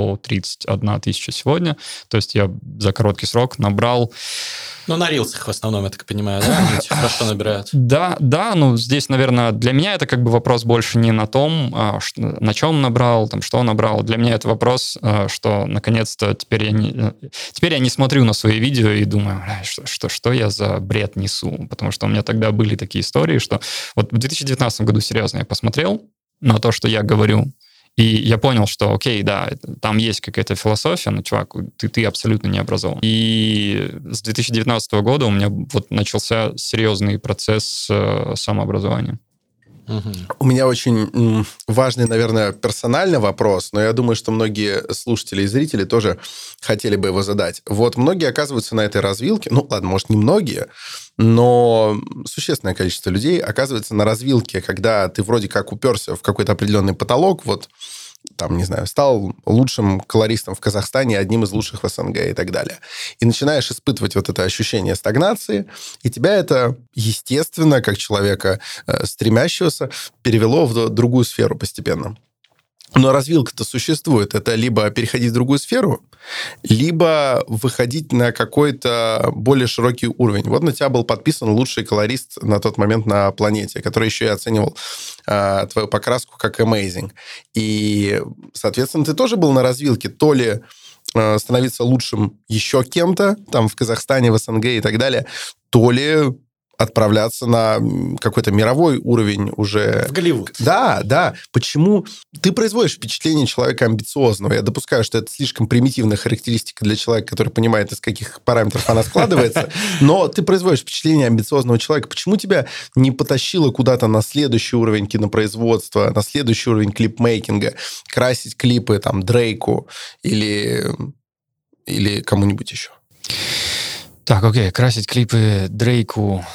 131 тысяча сегодня. То есть я за короткий срок набрал... Ну, на рилсах в основном, я так понимаю, да? Люди хорошо набирают. Да, ну, здесь, наверное, для меня это как бы вопрос больше не на том, на чем набрал, там, что набрал. Для меня это вопрос, что, наконец-то, теперь я не смотрю на свои видео и думаю, что я за бред несу. Потому что у меня тогда были такие истории, что вот в 2019 году, серьезно, я посмотрел на то, что я говорю, и я понял, что, окей, да, там есть какая-то философия, но, чувак, ты абсолютно не образован. И с 2019 года у меня вот начался серьезный процесс самообразования. У меня очень важный, наверное, персональный вопрос, но я думаю, что многие слушатели и зрители тоже хотели бы его задать. Вот многие оказываются на этой развилке, ну, ладно, может, не многие, но существенное количество людей оказывается на развилке, когда ты вроде как уперся в какой-то определенный потолок, вот, там, не знаю, стал лучшим колористом в Казахстане, одним из лучших в СНГ и так далее. И начинаешь испытывать вот это ощущение стагнации, и тебя это, естественно, как человека стремящегося, перевело в другую сферу постепенно. Но развилка-то существует. Это либо переходить в другую сферу, либо выходить на какой-то более широкий уровень. Вот на тебя был подписан лучший колорист на тот момент на планете, который еще и оценивал твою покраску как amazing. И, соответственно, ты тоже был на развилке. То ли становиться лучшим еще кем-то, там, в Казахстане, в СНГ и так далее, то ли отправляться на какой-то мировой уровень уже. В Голливуд. Да. Почему? Ты производишь впечатление человека амбициозного. Я допускаю, что это слишком примитивная характеристика для человека, который понимает, из каких параметров она складывается, но ты производишь впечатление амбициозного человека. Почему тебя не потащило куда-то на следующий уровень кинопроизводства, на следующий уровень клипмейкинга, красить клипы там Дрейку или кому-нибудь еще? Так, окей, красить клипы Дрейку...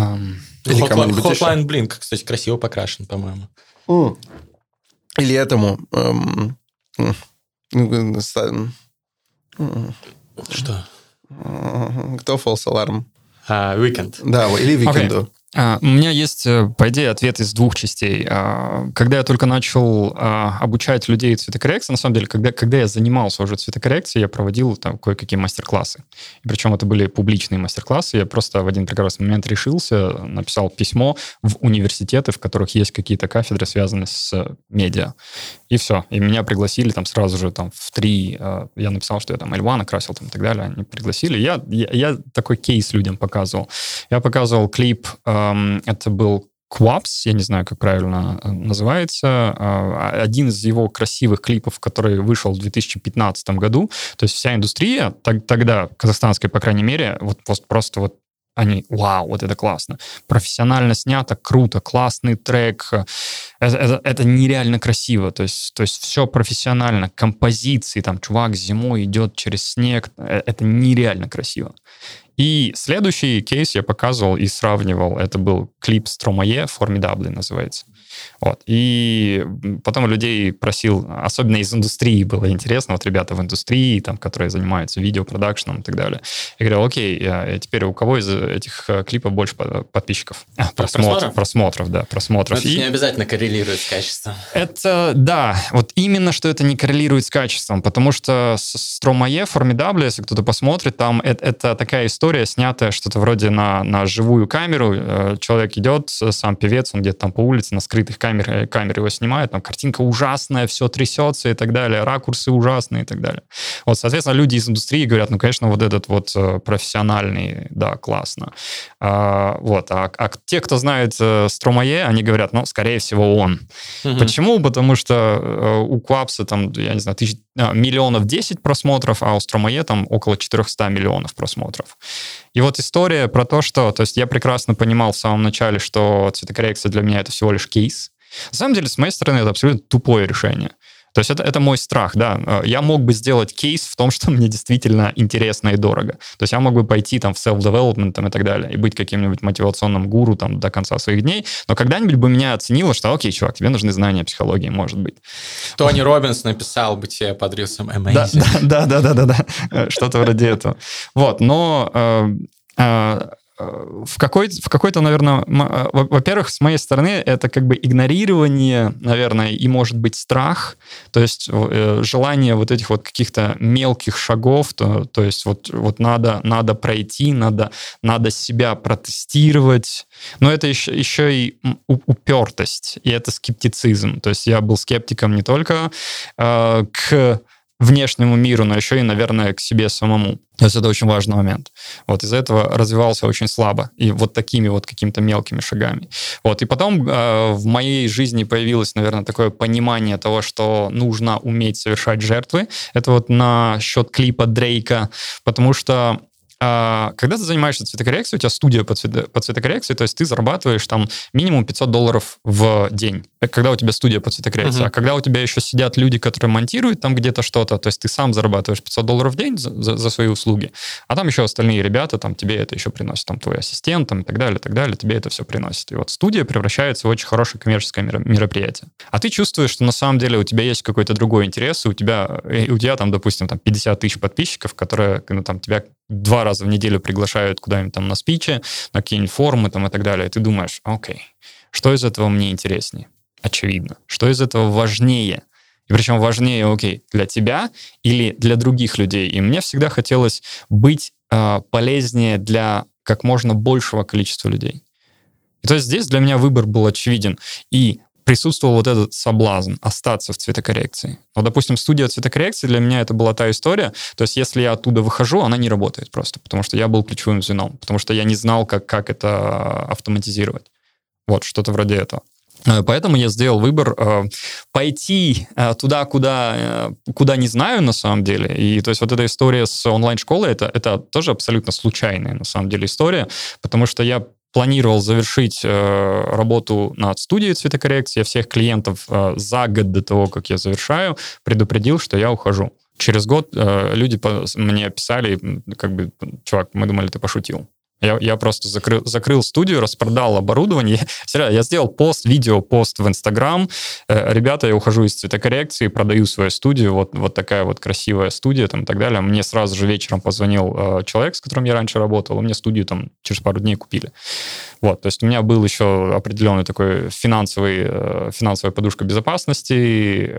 Или кому-нибудь еще. Hotline Bling, кстати, красиво покрашен, по-моему. Или этому... Что? Кто False Alarm? Weekend. Да, или Weekend. У меня есть, по идее, ответ из двух частей. Когда я только начал обучать людей цветокоррекции, на самом деле, когда я занимался уже цветокоррекцией, я проводил там кое-какие мастер-классы. И причем это были публичные мастер-классы. Я просто в один прекрасный момент решился, написал письмо в университеты, в которых есть какие-то кафедры, связанные с медиа. И все. И меня пригласили там сразу же там в 3... Я написал, что я там L1 накрасил там, и так далее. Они пригласили. Я такой кейс людям показывал. Я показывал клип... Это был Quaps, я не знаю, как правильно называется, один из его красивых клипов, который вышел в 2015 году. То есть вся индустрия тогда, казахстанская, по крайней мере, вот просто вот они, вау, вот это классно. Профессионально снято, круто, классный трек. Это нереально красиво. То есть все профессионально. Композиции, там, чувак зимой идет через снег. Это нереально красиво. И следующий кейс я показывал и сравнивал. Это был клип Stromae, Formidable называется. Вот. И потом людей просил, особенно из индустрии было интересно, вот ребята в индустрии, там, которые занимаются видеопродакшеном и так далее. Я говорил, окей, теперь у кого из этих клипов больше подписчиков? Просмотров, да, просмотров. Но это не обязательно коррелирует с качеством. Это, да, вот именно, что это не коррелирует с качеством, потому что Stromae, Formidable, если кто-то посмотрит, там это такая история, снятая что-то вроде на живую камеру. Человек идет, сам певец, он где-то там по улице на скрытых камер его снимает, там картинка ужасная, все трясется и так далее, ракурсы ужасные и так далее. Вот, соответственно, люди из индустрии говорят, ну, конечно, вот этот вот профессиональный, да, классно. Вот, а те, кто знает Stromae, они говорят, ну, скорее всего, он. Почему? Потому что у Quaps'а там, я не знаю, 10 миллионов просмотров, а у Stromae там около 400 миллионов просмотров. И вот история про то, что... То есть я прекрасно понимал в самом начале, что цветокоррекция для меня — это всего лишь кейс. На самом деле, с моей стороны, это абсолютно тупое решение. То есть это мой страх, да. Я мог бы сделать кейс в том, что мне действительно интересно и дорого. То есть я мог бы пойти там в self-development там, и так далее, и быть каким-нибудь мотивационным гуру там до конца своих дней, но когда-нибудь бы меня оценило, что окей, чувак, тебе нужны знания психологии, может быть. Тони Роббинс написал бы тебе под рилсом amazing. Да. Что-то вроде этого. Вот, но... В какой-то, наверное, во-первых, с моей стороны, это как бы игнорирование, наверное, и, может быть, страх, то есть желание вот этих вот каких-то мелких шагов, то есть вот надо пройти, надо себя протестировать, но это еще и упертость, и это скептицизм, то есть я был скептиком не только к внешнему миру, но еще и, наверное, к себе самому. То есть это очень важный момент. Вот из-за этого развивался очень слабо. И вот такими вот какими-то мелкими шагами. Вот. И потом в моей жизни появилось, наверное, такое понимание того, что нужно уметь совершать жертвы. Это вот насчет клипа Дрейка. Потому что когда ты занимаешься цветокоррекцией, у тебя студия по цветокоррекции, то есть ты зарабатываешь там минимум $500 в день, когда у тебя студия по цветокоррекции. А когда у тебя еще сидят люди, которые монтируют там где-то что-то, то есть ты сам зарабатываешь $500 в день за свои услуги, а там еще остальные ребята, там тебе это еще приносят, там твой ассистент, там и так далее, тебе это все приносит. И вот студия превращается в очень хорошее коммерческое мероприятие. А ты чувствуешь, что на самом деле у тебя есть какой-то другой интерес, и у тебя там, допустим, там 50 тысяч подписчиков, которые, ну, там, тебя 2 раза в неделю приглашают куда-нибудь там на спичи, на какие-нибудь форумы там и так далее, и ты думаешь, окей, что из этого мне интереснее? Очевидно. Что из этого важнее? И причем важнее, окей, для тебя или для других людей? И мне всегда хотелось быть полезнее для как можно большего количества людей. И то есть здесь для меня выбор был очевиден. И присутствовал вот этот соблазн остаться в цветокоррекции. Вот, допустим, студия цветокоррекции для меня это была та история, то есть если я оттуда выхожу, она не работает просто, потому что я был ключевым звеном, потому что я не знал, как это автоматизировать. Вот, что-то вроде этого. Поэтому я сделал выбор пойти туда, куда не знаю на самом деле. И то есть вот эта история с онлайн-школой, это тоже абсолютно случайная на самом деле история, потому что я планировал завершить работу над студией цветокоррекции. Я всех клиентов за год до того, как я завершаю, предупредил, что я ухожу. Через год люди мне писали, как бы, чувак, мы думали, ты пошутил. Я просто закрыл студию, распродал оборудование. Я сделал видеопост в Инстаграм. Ребята, я ухожу из цветокоррекции, продаю свою студию. Вот такая вот красивая студия там, и так далее. Мне сразу же вечером позвонил человек, с которым я раньше работал, и мне студию там через пару дней купили. Вот, то есть у меня был еще определенный такой финансовая подушка безопасности,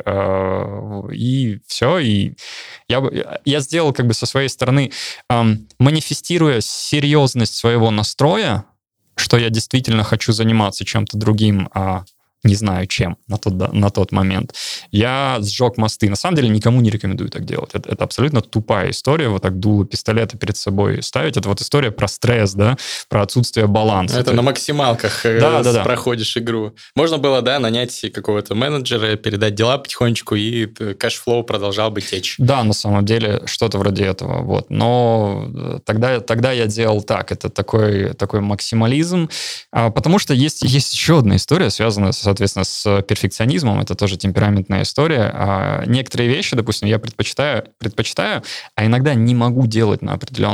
и все. И я сделал как бы со своей стороны, манифестируя серьезность своего настроя, что я действительно хочу заниматься чем-то другим, не знаю чем на тот момент. Я сжег мосты. На самом деле никому не рекомендую так делать. Это абсолютно тупая история, вот так дуло пистолета перед собой ставить. Это вот история про стресс, да, про отсутствие баланса. Это на максималках проходишь игру. Можно было, да, нанять какого-то менеджера, передать дела потихонечку, и кэшфлоу продолжал бы течь. Да, на самом деле что-то вроде этого. Вот. Но тогда я делал так. Это такой максимализм. Потому что есть еще одна история, связанная соответственно, с перфекционизмом, это тоже темпераментная история. Некоторые вещи, допустим, я предпочитаю, а иногда не могу делать на определенном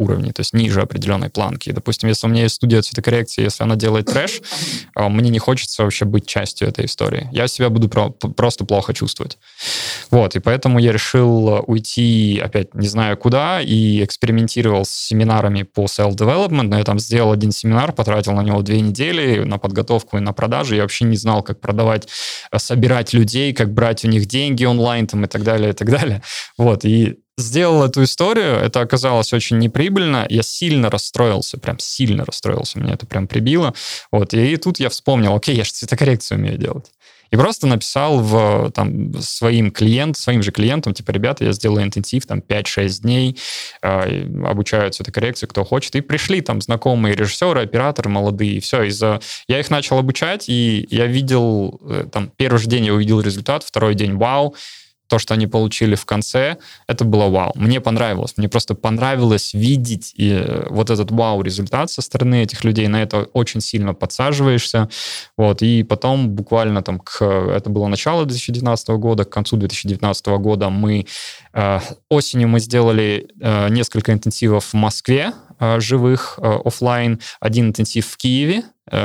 уровней, то есть ниже определенной планки. Допустим, если у меня есть студия цветокоррекции, если она делает трэш, мне не хочется вообще быть частью этой истории. Я себя буду просто плохо чувствовать. Вот, и поэтому я решил уйти, опять не знаю куда, и экспериментировал с семинарами по self-development, но я там сделал один семинар, потратил на него 2 недели на подготовку и на продажи. Я вообще не знал, как продавать, собирать людей, как брать у них деньги онлайн там, и так далее, и так далее. Вот, и сделал эту историю, это оказалось очень неприбыльно, я сильно расстроился, прям сильно расстроился, меня это прям прибило. Вот, и тут я вспомнил, окей, я же цветокоррекцию умею делать. И просто написал своим же клиентам, типа, ребята, я сделаю интенсив, там, 5-6 дней, обучаю цветокоррекцию, кто хочет. И пришли там знакомые режиссеры, операторы молодые, и все. Я их начал обучать, и я видел, там, первый же день я увидел результат, второй день, вау, то, что они получили в конце, это было вау. Мне понравилось. Мне просто понравилось видеть вот этот вау-результат со стороны этих людей. На это очень сильно подсаживаешься. Вот. И потом буквально это было начало 2019 года, к концу 2019 года осенью мы сделали несколько интенсивов в Москве, живых, офлайн, один интенсив в Киеве,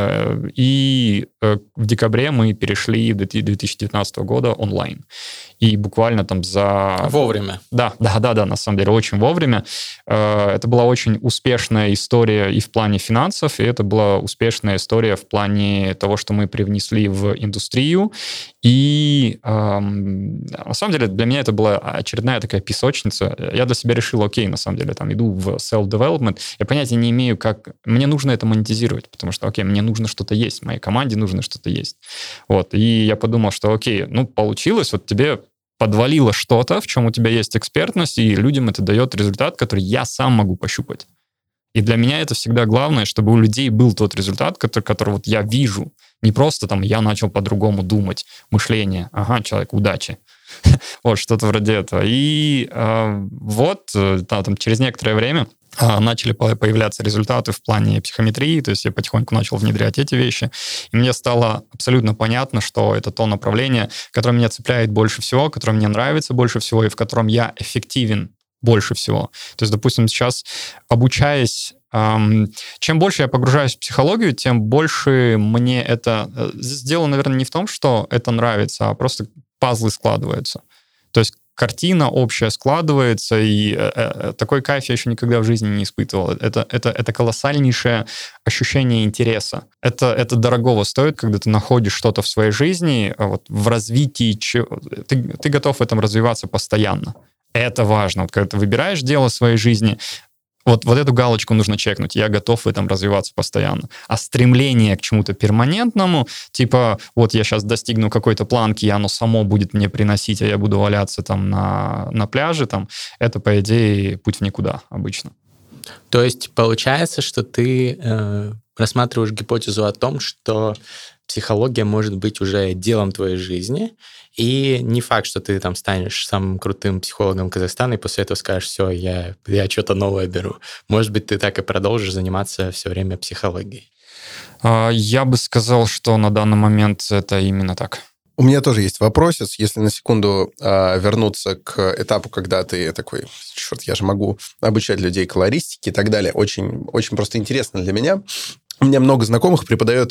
и в декабре мы перешли 2019 года онлайн. И буквально там Вовремя. Да, на самом деле, очень вовремя. Это была очень успешная история и в плане финансов, и это была успешная история в плане того, что мы привнесли в индустрию. И на самом деле для меня это была очередная такая песочница. Я для себя решил, окей, на самом деле, там иду в self-development, я понятия не имею, как... Мне нужно это монетизировать, потому что, окей, мне нужно что-то есть, моей команде нужно что-то есть. Вот, и я подумал, что, окей, получилось, вот тебе подвалило что-то, в чем у тебя есть экспертность, и людям это дает результат, который я сам могу пощупать. И для меня это всегда главное, чтобы у людей был тот результат, который вот я вижу. Не просто там я начал по-другому думать, мышление. Ага, человек, удачи. Вот, что-то вроде этого. И там через некоторое время начали появляться результаты в плане психометрии, то есть я потихоньку начал внедрять эти вещи, и мне стало абсолютно понятно, что это то направление, которое меня цепляет больше всего, которое мне нравится больше всего, и в котором я эффективен больше всего. То есть, допустим, сейчас, обучаясь, чем больше я погружаюсь в психологию, тем больше мне это... Дело, наверное, не в том, что это нравится, а просто пазлы складываются. То есть картина общая складывается, и такой кайф я еще никогда в жизни не испытывал. Это колоссальнейшее ощущение интереса. Это дорогого стоит, когда ты находишь что-то в своей жизни, в развитии, ты готов в этом развиваться постоянно. Это важно. Вот когда ты выбираешь дело своей жизни, вот эту галочку нужно чекнуть. Я готов в этом развиваться постоянно. А стремление к чему-то перманентному, типа, вот я сейчас достигну какой-то планки, и оно само будет мне приносить, а я буду валяться там на пляже, там, это, по идее, путь в никуда обычно. То есть получается, что ты рассматриваешь гипотезу о том, что психология может быть уже делом твоей жизни, и не факт, что ты там станешь самым крутым психологом Казахстана, и после этого скажешь, все, я что-то новое беру. Может быть, ты так и продолжишь заниматься все время психологией. Я бы сказал, что на данный момент это именно так. У меня тоже есть вопросец, если на секунду вернуться к этапу, когда ты такой, черт, я же могу обучать людей колористике и так далее. Очень, очень просто интересно для меня. У меня много знакомых преподает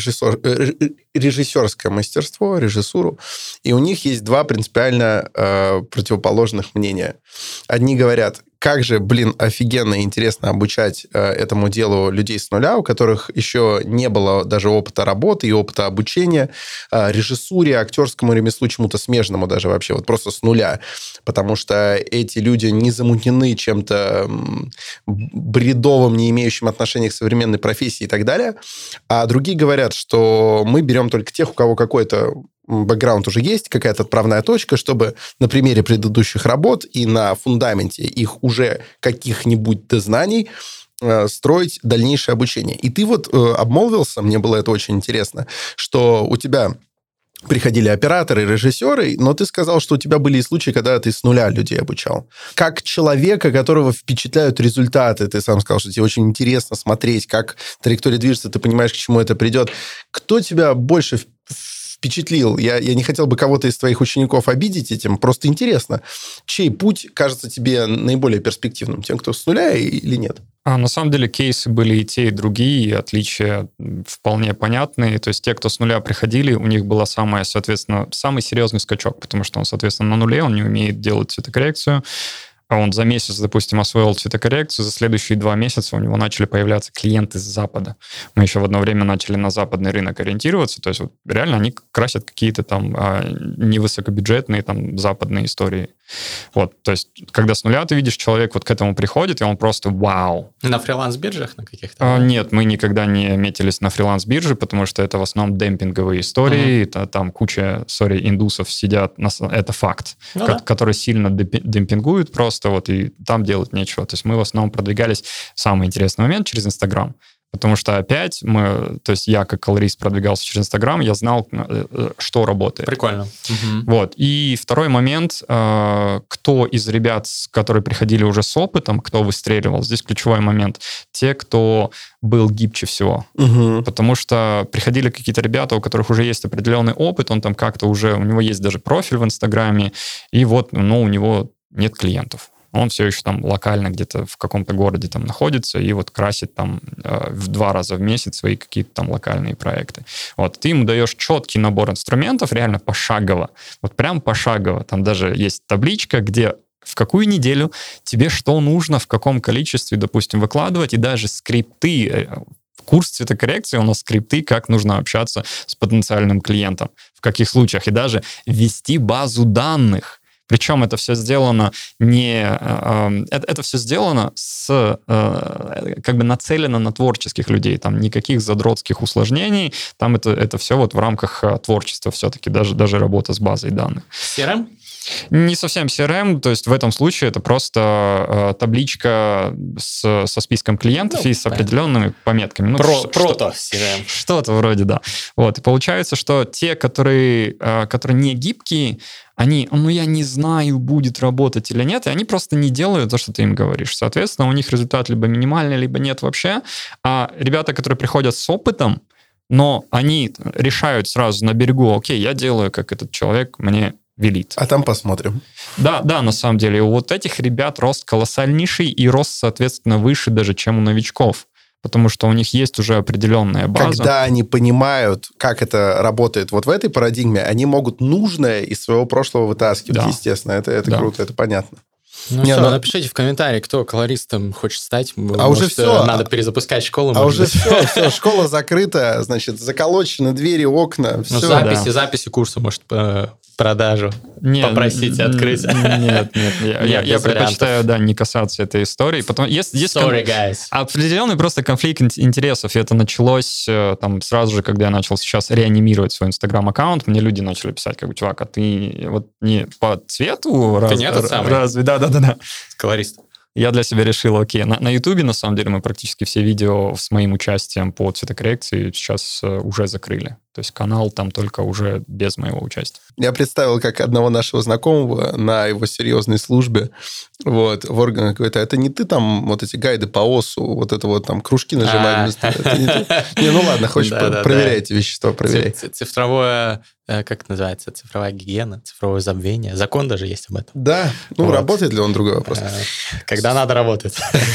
режиссерское мастерство, режиссуру, и у них есть 2 принципиально противоположных мнения. Одни говорят, как же, офигенно и интересно обучать этому делу людей с нуля, у которых еще не было даже опыта работы и опыта обучения, режиссуре, актерскому ремеслу, чему-то смежному даже вообще, вот просто с нуля. Потому что эти люди не замутнены чем-то бредовым, не имеющим отношения к современной профессии и так далее. А другие говорят, что мы берем только тех, у кого какой-то бэкграунд уже есть, какая-то отправная точка, чтобы на примере предыдущих работ и на фундаменте их уже каких-нибудь знаний строить дальнейшее обучение. И ты обмолвился, мне было это очень интересно, что у тебя приходили операторы, режиссеры, но ты сказал, что у тебя были и случаи, когда ты с нуля людей обучал. Как человека, которого впечатляют результаты, ты сам сказал, что тебе очень интересно смотреть, как траектория движется, ты понимаешь, к чему это придет. Кто тебя больше впечатлил. Я не хотел бы кого-то из твоих учеников обидеть этим, просто интересно. Чей путь кажется тебе наиболее перспективным? Тем, кто с нуля или нет? На самом деле кейсы были и те, и другие, и отличия вполне понятные. То есть те, кто с нуля приходили, у них был самый серьезный скачок, потому что он, соответственно, на нуле, он не умеет делать цветокоррекцию. А он за месяц, допустим, освоил цветокоррекцию, за следующие 2 месяца у него начали появляться клиенты с Запада. Мы еще в одно время начали на западный рынок ориентироваться, то есть вот реально они красят какие-то там невысокобюджетные там западные истории. Вот, то есть когда с нуля ты видишь, человек вот к этому приходит, и он просто вау. На фриланс-биржах на каких-то? Нет, мы никогда не метились на фриланс-биржи, потому что это в основном демпинговые истории, там куча, индусов сидят, это факт, которые сильно демпингуют просто, вот, и там делать нечего. То есть мы в основном продвигались, самый интересный момент, через Инстаграм. Потому что опять я как колорист продвигался через Инстаграм, я знал, что работает. Прикольно. Вот. И второй момент, кто из ребят, которые приходили уже с опытом, кто выстреливал, здесь ключевой момент, те, кто был гибче всего. Потому что приходили какие-то ребята, у которых уже есть определенный опыт, он там как-то уже, у него есть даже профиль в Инстаграме, и вот, у него нет клиентов. Он все еще там локально где-то в каком-то городе там находится и вот красит там в 2 раза в месяц свои какие-то там локальные проекты. Вот, ты ему даешь четкий набор инструментов, реально пошагово, вот прям пошагово. Там даже есть табличка, где в какую неделю тебе что нужно, в каком количестве, допустим, выкладывать, и даже скрипты. Курс цветокоррекции, у нас скрипты, как нужно общаться с потенциальным клиентом, в каких случаях, и даже ввести базу данных. Причем это все сделано это все сделано как бы нацелено на творческих людей. Там никаких задротских усложнений. Там это все вот в рамках творчества все-таки, даже работа с базой данных. CRM? Не совсем CRM, то есть в этом случае это просто табличка со списком клиентов и с определенными пометками. Прото-CRM. Что-то вроде, да. Вот. И получается, что те, которые не гибкие, они, я не знаю, будет работать или нет, и они просто не делают то, что ты им говоришь. Соответственно, у них результат либо минимальный, либо нет вообще. А ребята, которые приходят с опытом, но они решают сразу на берегу, окей, я делаю, как этот человек мне велит. А там посмотрим. Да, на самом деле. У вот этих ребят рост колоссальнейший, и рост, соответственно, выше даже, чем у новичков. Потому что у них есть уже определенная база. Когда они понимают, как это работает вот в этой парадигме, они могут нужное из своего прошлого вытаскивать, естественно. Это круто, это понятно. Напишите в комментарии, кто колористом хочет стать. Уже все. Надо перезапускать школу. Уже все, школа закрыта, значит, заколочены двери, окна. Все. Записи курса, может, продажу попросите открыть. Нет, я предпочитаю, не касаться этой истории. Потом есть определенный просто конфликт интересов, и это началось там сразу же, когда я начал сейчас реанимировать свой Инстаграм-аккаунт, мне люди начали писать, как бы, чувак, а ты вот не по цвету? Ты не этот самый? Разве? Да. Колорист. Я для себя решил, окей, на Ютубе, на самом деле, мы практически все видео с моим участием по цветокоррекции сейчас уже закрыли. То есть канал там только уже без моего участия. Я представил, как одного нашего знакомого на его серьезной службе в органах говорит, а это не ты там вот эти гайды по ОСУ, вот это вот там кружки нажимать? Не, ну ладно, хочешь, проверяйте вещества, проверяй. Цифровое, как это называется, цифровая гигиена, цифровое забвение. Закон даже есть об этом. Да, работает ли он, другой вопрос. Когда надо, работать.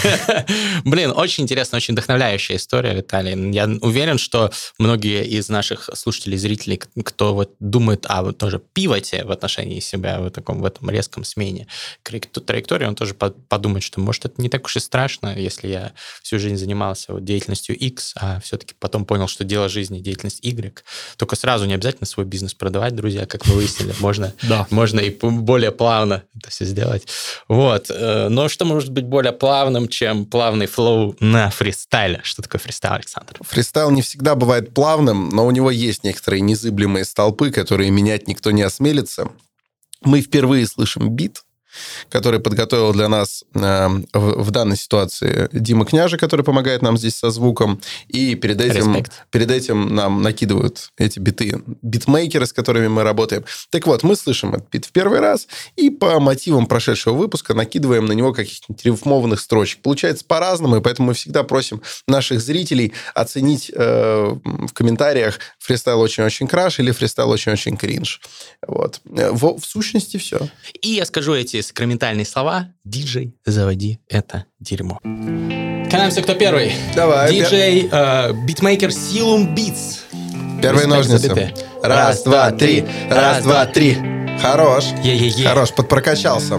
Блин, очень интересная, очень вдохновляющая история, Виталий. Я уверен, что многие из наших слушателей, зрителей, кто вот думает о тоже пивоте в отношении себя в этом резком смене траектории, он тоже подумает, что, может, это не так уж и страшно, если я всю жизнь занимался деятельностью X, а все-таки потом понял, что дело жизни — деятельность Y. Только сразу не обязательно свой бизнес продавать, друзья, как мы выяснили. Можно и более плавно это все сделать. Вот. Но что может быть более плавным, чем плавный флоу на фристайле? Что такое фристайл, Александр? Фристайл не всегда бывает плавным, но у него есть некоторые незыблемые столпы, которые менять никто не осмелится. Мы впервые слышим бит, который подготовил для нас в данной ситуации Дима Княжи, который помогает нам здесь со звуком. И перед этим нам накидывают эти биты битмейкеры, с которыми мы работаем. Так вот, мы слышим этот бит в первый раз и по мотивам прошедшего выпуска накидываем на него каких-нибудь рифмованных строчек. Получается по-разному, и поэтому мы всегда просим наших зрителей оценить в комментариях фристайл очень-очень краш или фристайл очень-очень кринж. Вот. В сущности, все. И я скажу эти сакраментальные слова. Диджей, заводи это дерьмо. Канаемся, кто первый? Давай. Диджей, битмейкер Силум Битс. Первые ножницы. Раз, два, три. Раз, два, три. Хорош. Хорош, подпрокачался.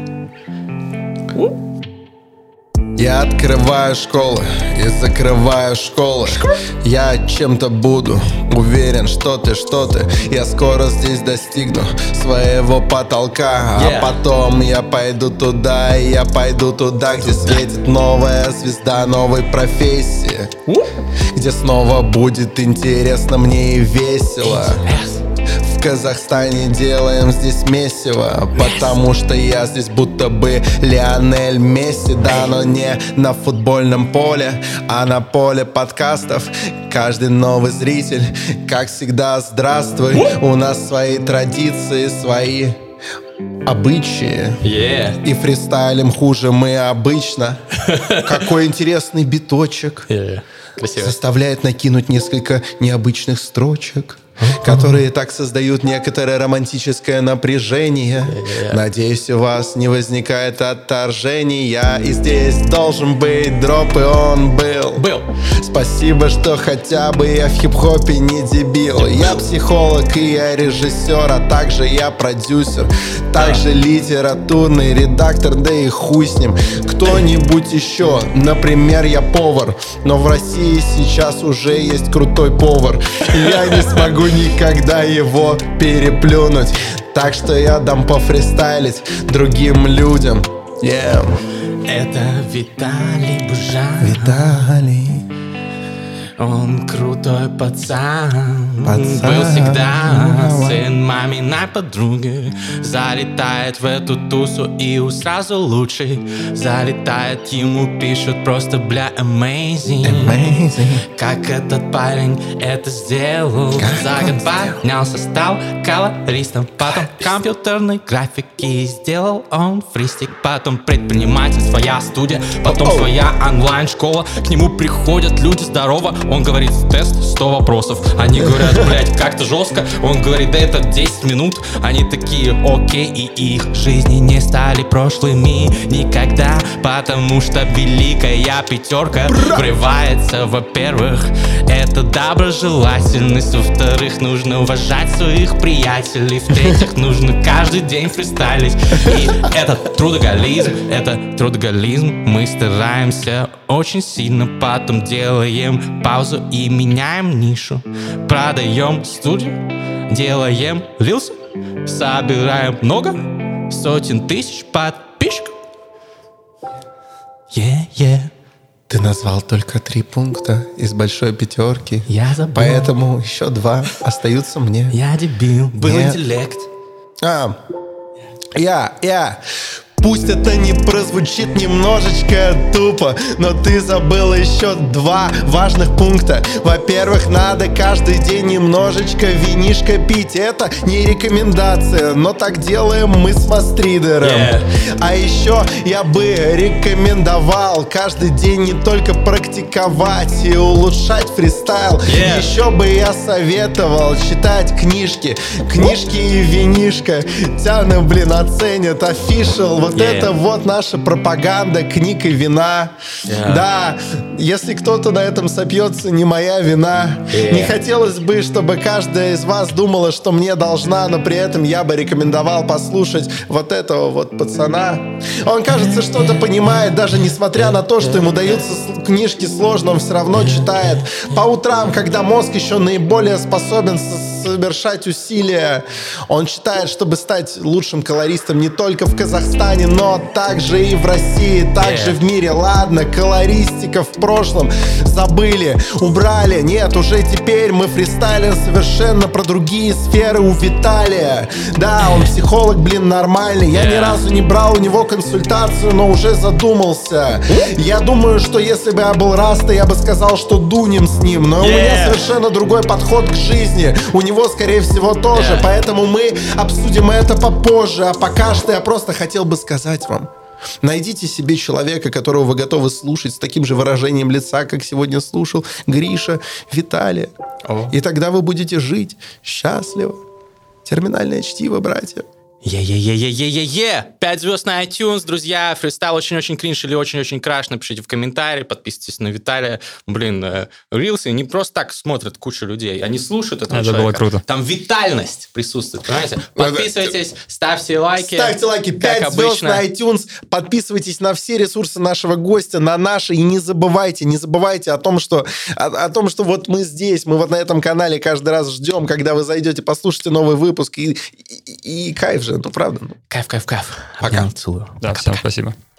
Я открываю школы и закрываю школы. Я чем-то буду уверен, что ты. Я скоро здесь достигну своего потолка. А потом я пойду туда, где светит новая звезда новой профессии, где снова будет интересно мне и весело. В Казахстане делаем здесь месиво, потому что я здесь будто бы Лионель Месси. Да, но не на футбольном поле, а на поле подкастов. Каждый новый зритель, как всегда, здравствуй. У нас свои традиции, свои обычаи. И фристайлим хуже мы обычно. Какой интересный биточек. Красиво. Заставляет накинуть несколько необычных строчек, которые так создают некоторое романтическое напряжение. Надеюсь, у вас не возникает отторжения. И здесь должен быть дроп, и он был. Спасибо, что хотя бы я в хип-хопе не дебил. Я психолог и я режиссер, а также я продюсер, также литературный редактор, да и хуй с ним. Кто-нибудь еще, например, я повар, но в России сейчас уже есть крутой повар. Я не смогу никогда его переплюнуть, так что я дам пофристайлить другим людям. Это Виталий Бужан. Виталий. Он крутой пацан. Был всегда сын маминой подруги. Залетает в эту тусу и сразу лучший. Залетает, ему пишут просто бля amazing. Как этот парень это сделал. За год поднялся, стал колористом. Потом компьютерной графики сделал он фристик. Потом предприниматель, своя студия. Потом своя онлайн-школа. К нему приходят люди, здорово. Он говорит, тест 100 вопросов. Они говорят, блять, как-то жестко. Он говорит, да это 10 минут. Они такие, окей, и их жизни не стали прошлыми никогда, потому что великая пятерка врывается. Во-первых, это доброжелательность. Во-вторых, нужно уважать своих приятелей. В-третьих, нужно каждый день фристайлить. И это трудоголизм, мы стараемся очень сильно, потом делаем паузу и меняем нишу. Продаем студию, делаем рилсы, собираем много, сотен тысяч подписчиков. Ты назвал только 3 пункта из большой пятерки. Я забыл. Поэтому еще 2 остаются мне. Я дебил. Был интеллект. Пусть это не прозвучит немножечко тупо, но ты забыл еще 2 важных пункта. Во-первых, надо каждый день немножечко винишко пить. Это не рекомендация, но так делаем мы с Мастридером. А еще я бы рекомендовал каждый день не только практиковать и улучшать фристайл. Еще бы я советовал читать книжки и винишко. Тяны, оценят, official. Вот это вот наша пропаганда книг и вина. Да, если кто-то на этом сопьется, не моя вина. Не хотелось бы, чтобы каждая из вас думала, что мне должна, но при этом я бы рекомендовал послушать вот этого вот пацана. Он, кажется, что-то понимает, даже несмотря на то, что ему даются книжки сложно, он все равно читает. По утрам, когда мозг еще наиболее способен совершать усилия. Он считает, чтобы стать лучшим колористом не только в Казахстане, но также и в России, также в мире. Ладно, колористика в прошлом забыли, убрали. Нет, уже теперь мы фристайлим совершенно про другие сферы у Виталия. Да, он психолог, блин, нормальный. Я ни разу не брал у него консультацию, но уже задумался. Я думаю, что если бы я был Раста, я бы сказал, что дунем с ним. Но у меня совершенно другой подход к жизни. У него, скорее всего, тоже. Поэтому мы обсудим это попозже. А пока что я просто хотел бы сказать вам: найдите себе человека, которого вы готовы слушать с таким же выражением лица, как сегодня слушал Гриша Виталия. И тогда вы будете жить счастливо. Терминальное чтиво, братья. 5 звезд на iTunes, друзья. Фристайл очень-очень кринж или очень-очень краш. Напишите в комментарии, подписывайтесь на Виталия. Блин, рилсы не просто так смотрят кучу людей. Они слушают этого человека. Было круто. Там витальность присутствует, понимаете? Подписывайтесь, ставьте лайки. Ставьте лайки, 5 звезд на iTunes. Подписывайтесь на все ресурсы нашего гостя, на наши. И не забывайте о том, что вот мы здесь, мы вот на этом канале каждый раз ждем, когда вы зайдете, послушайте новый выпуск. И кайф же, ну правда. Кайф. Пока. Целую. Да, всем спасибо.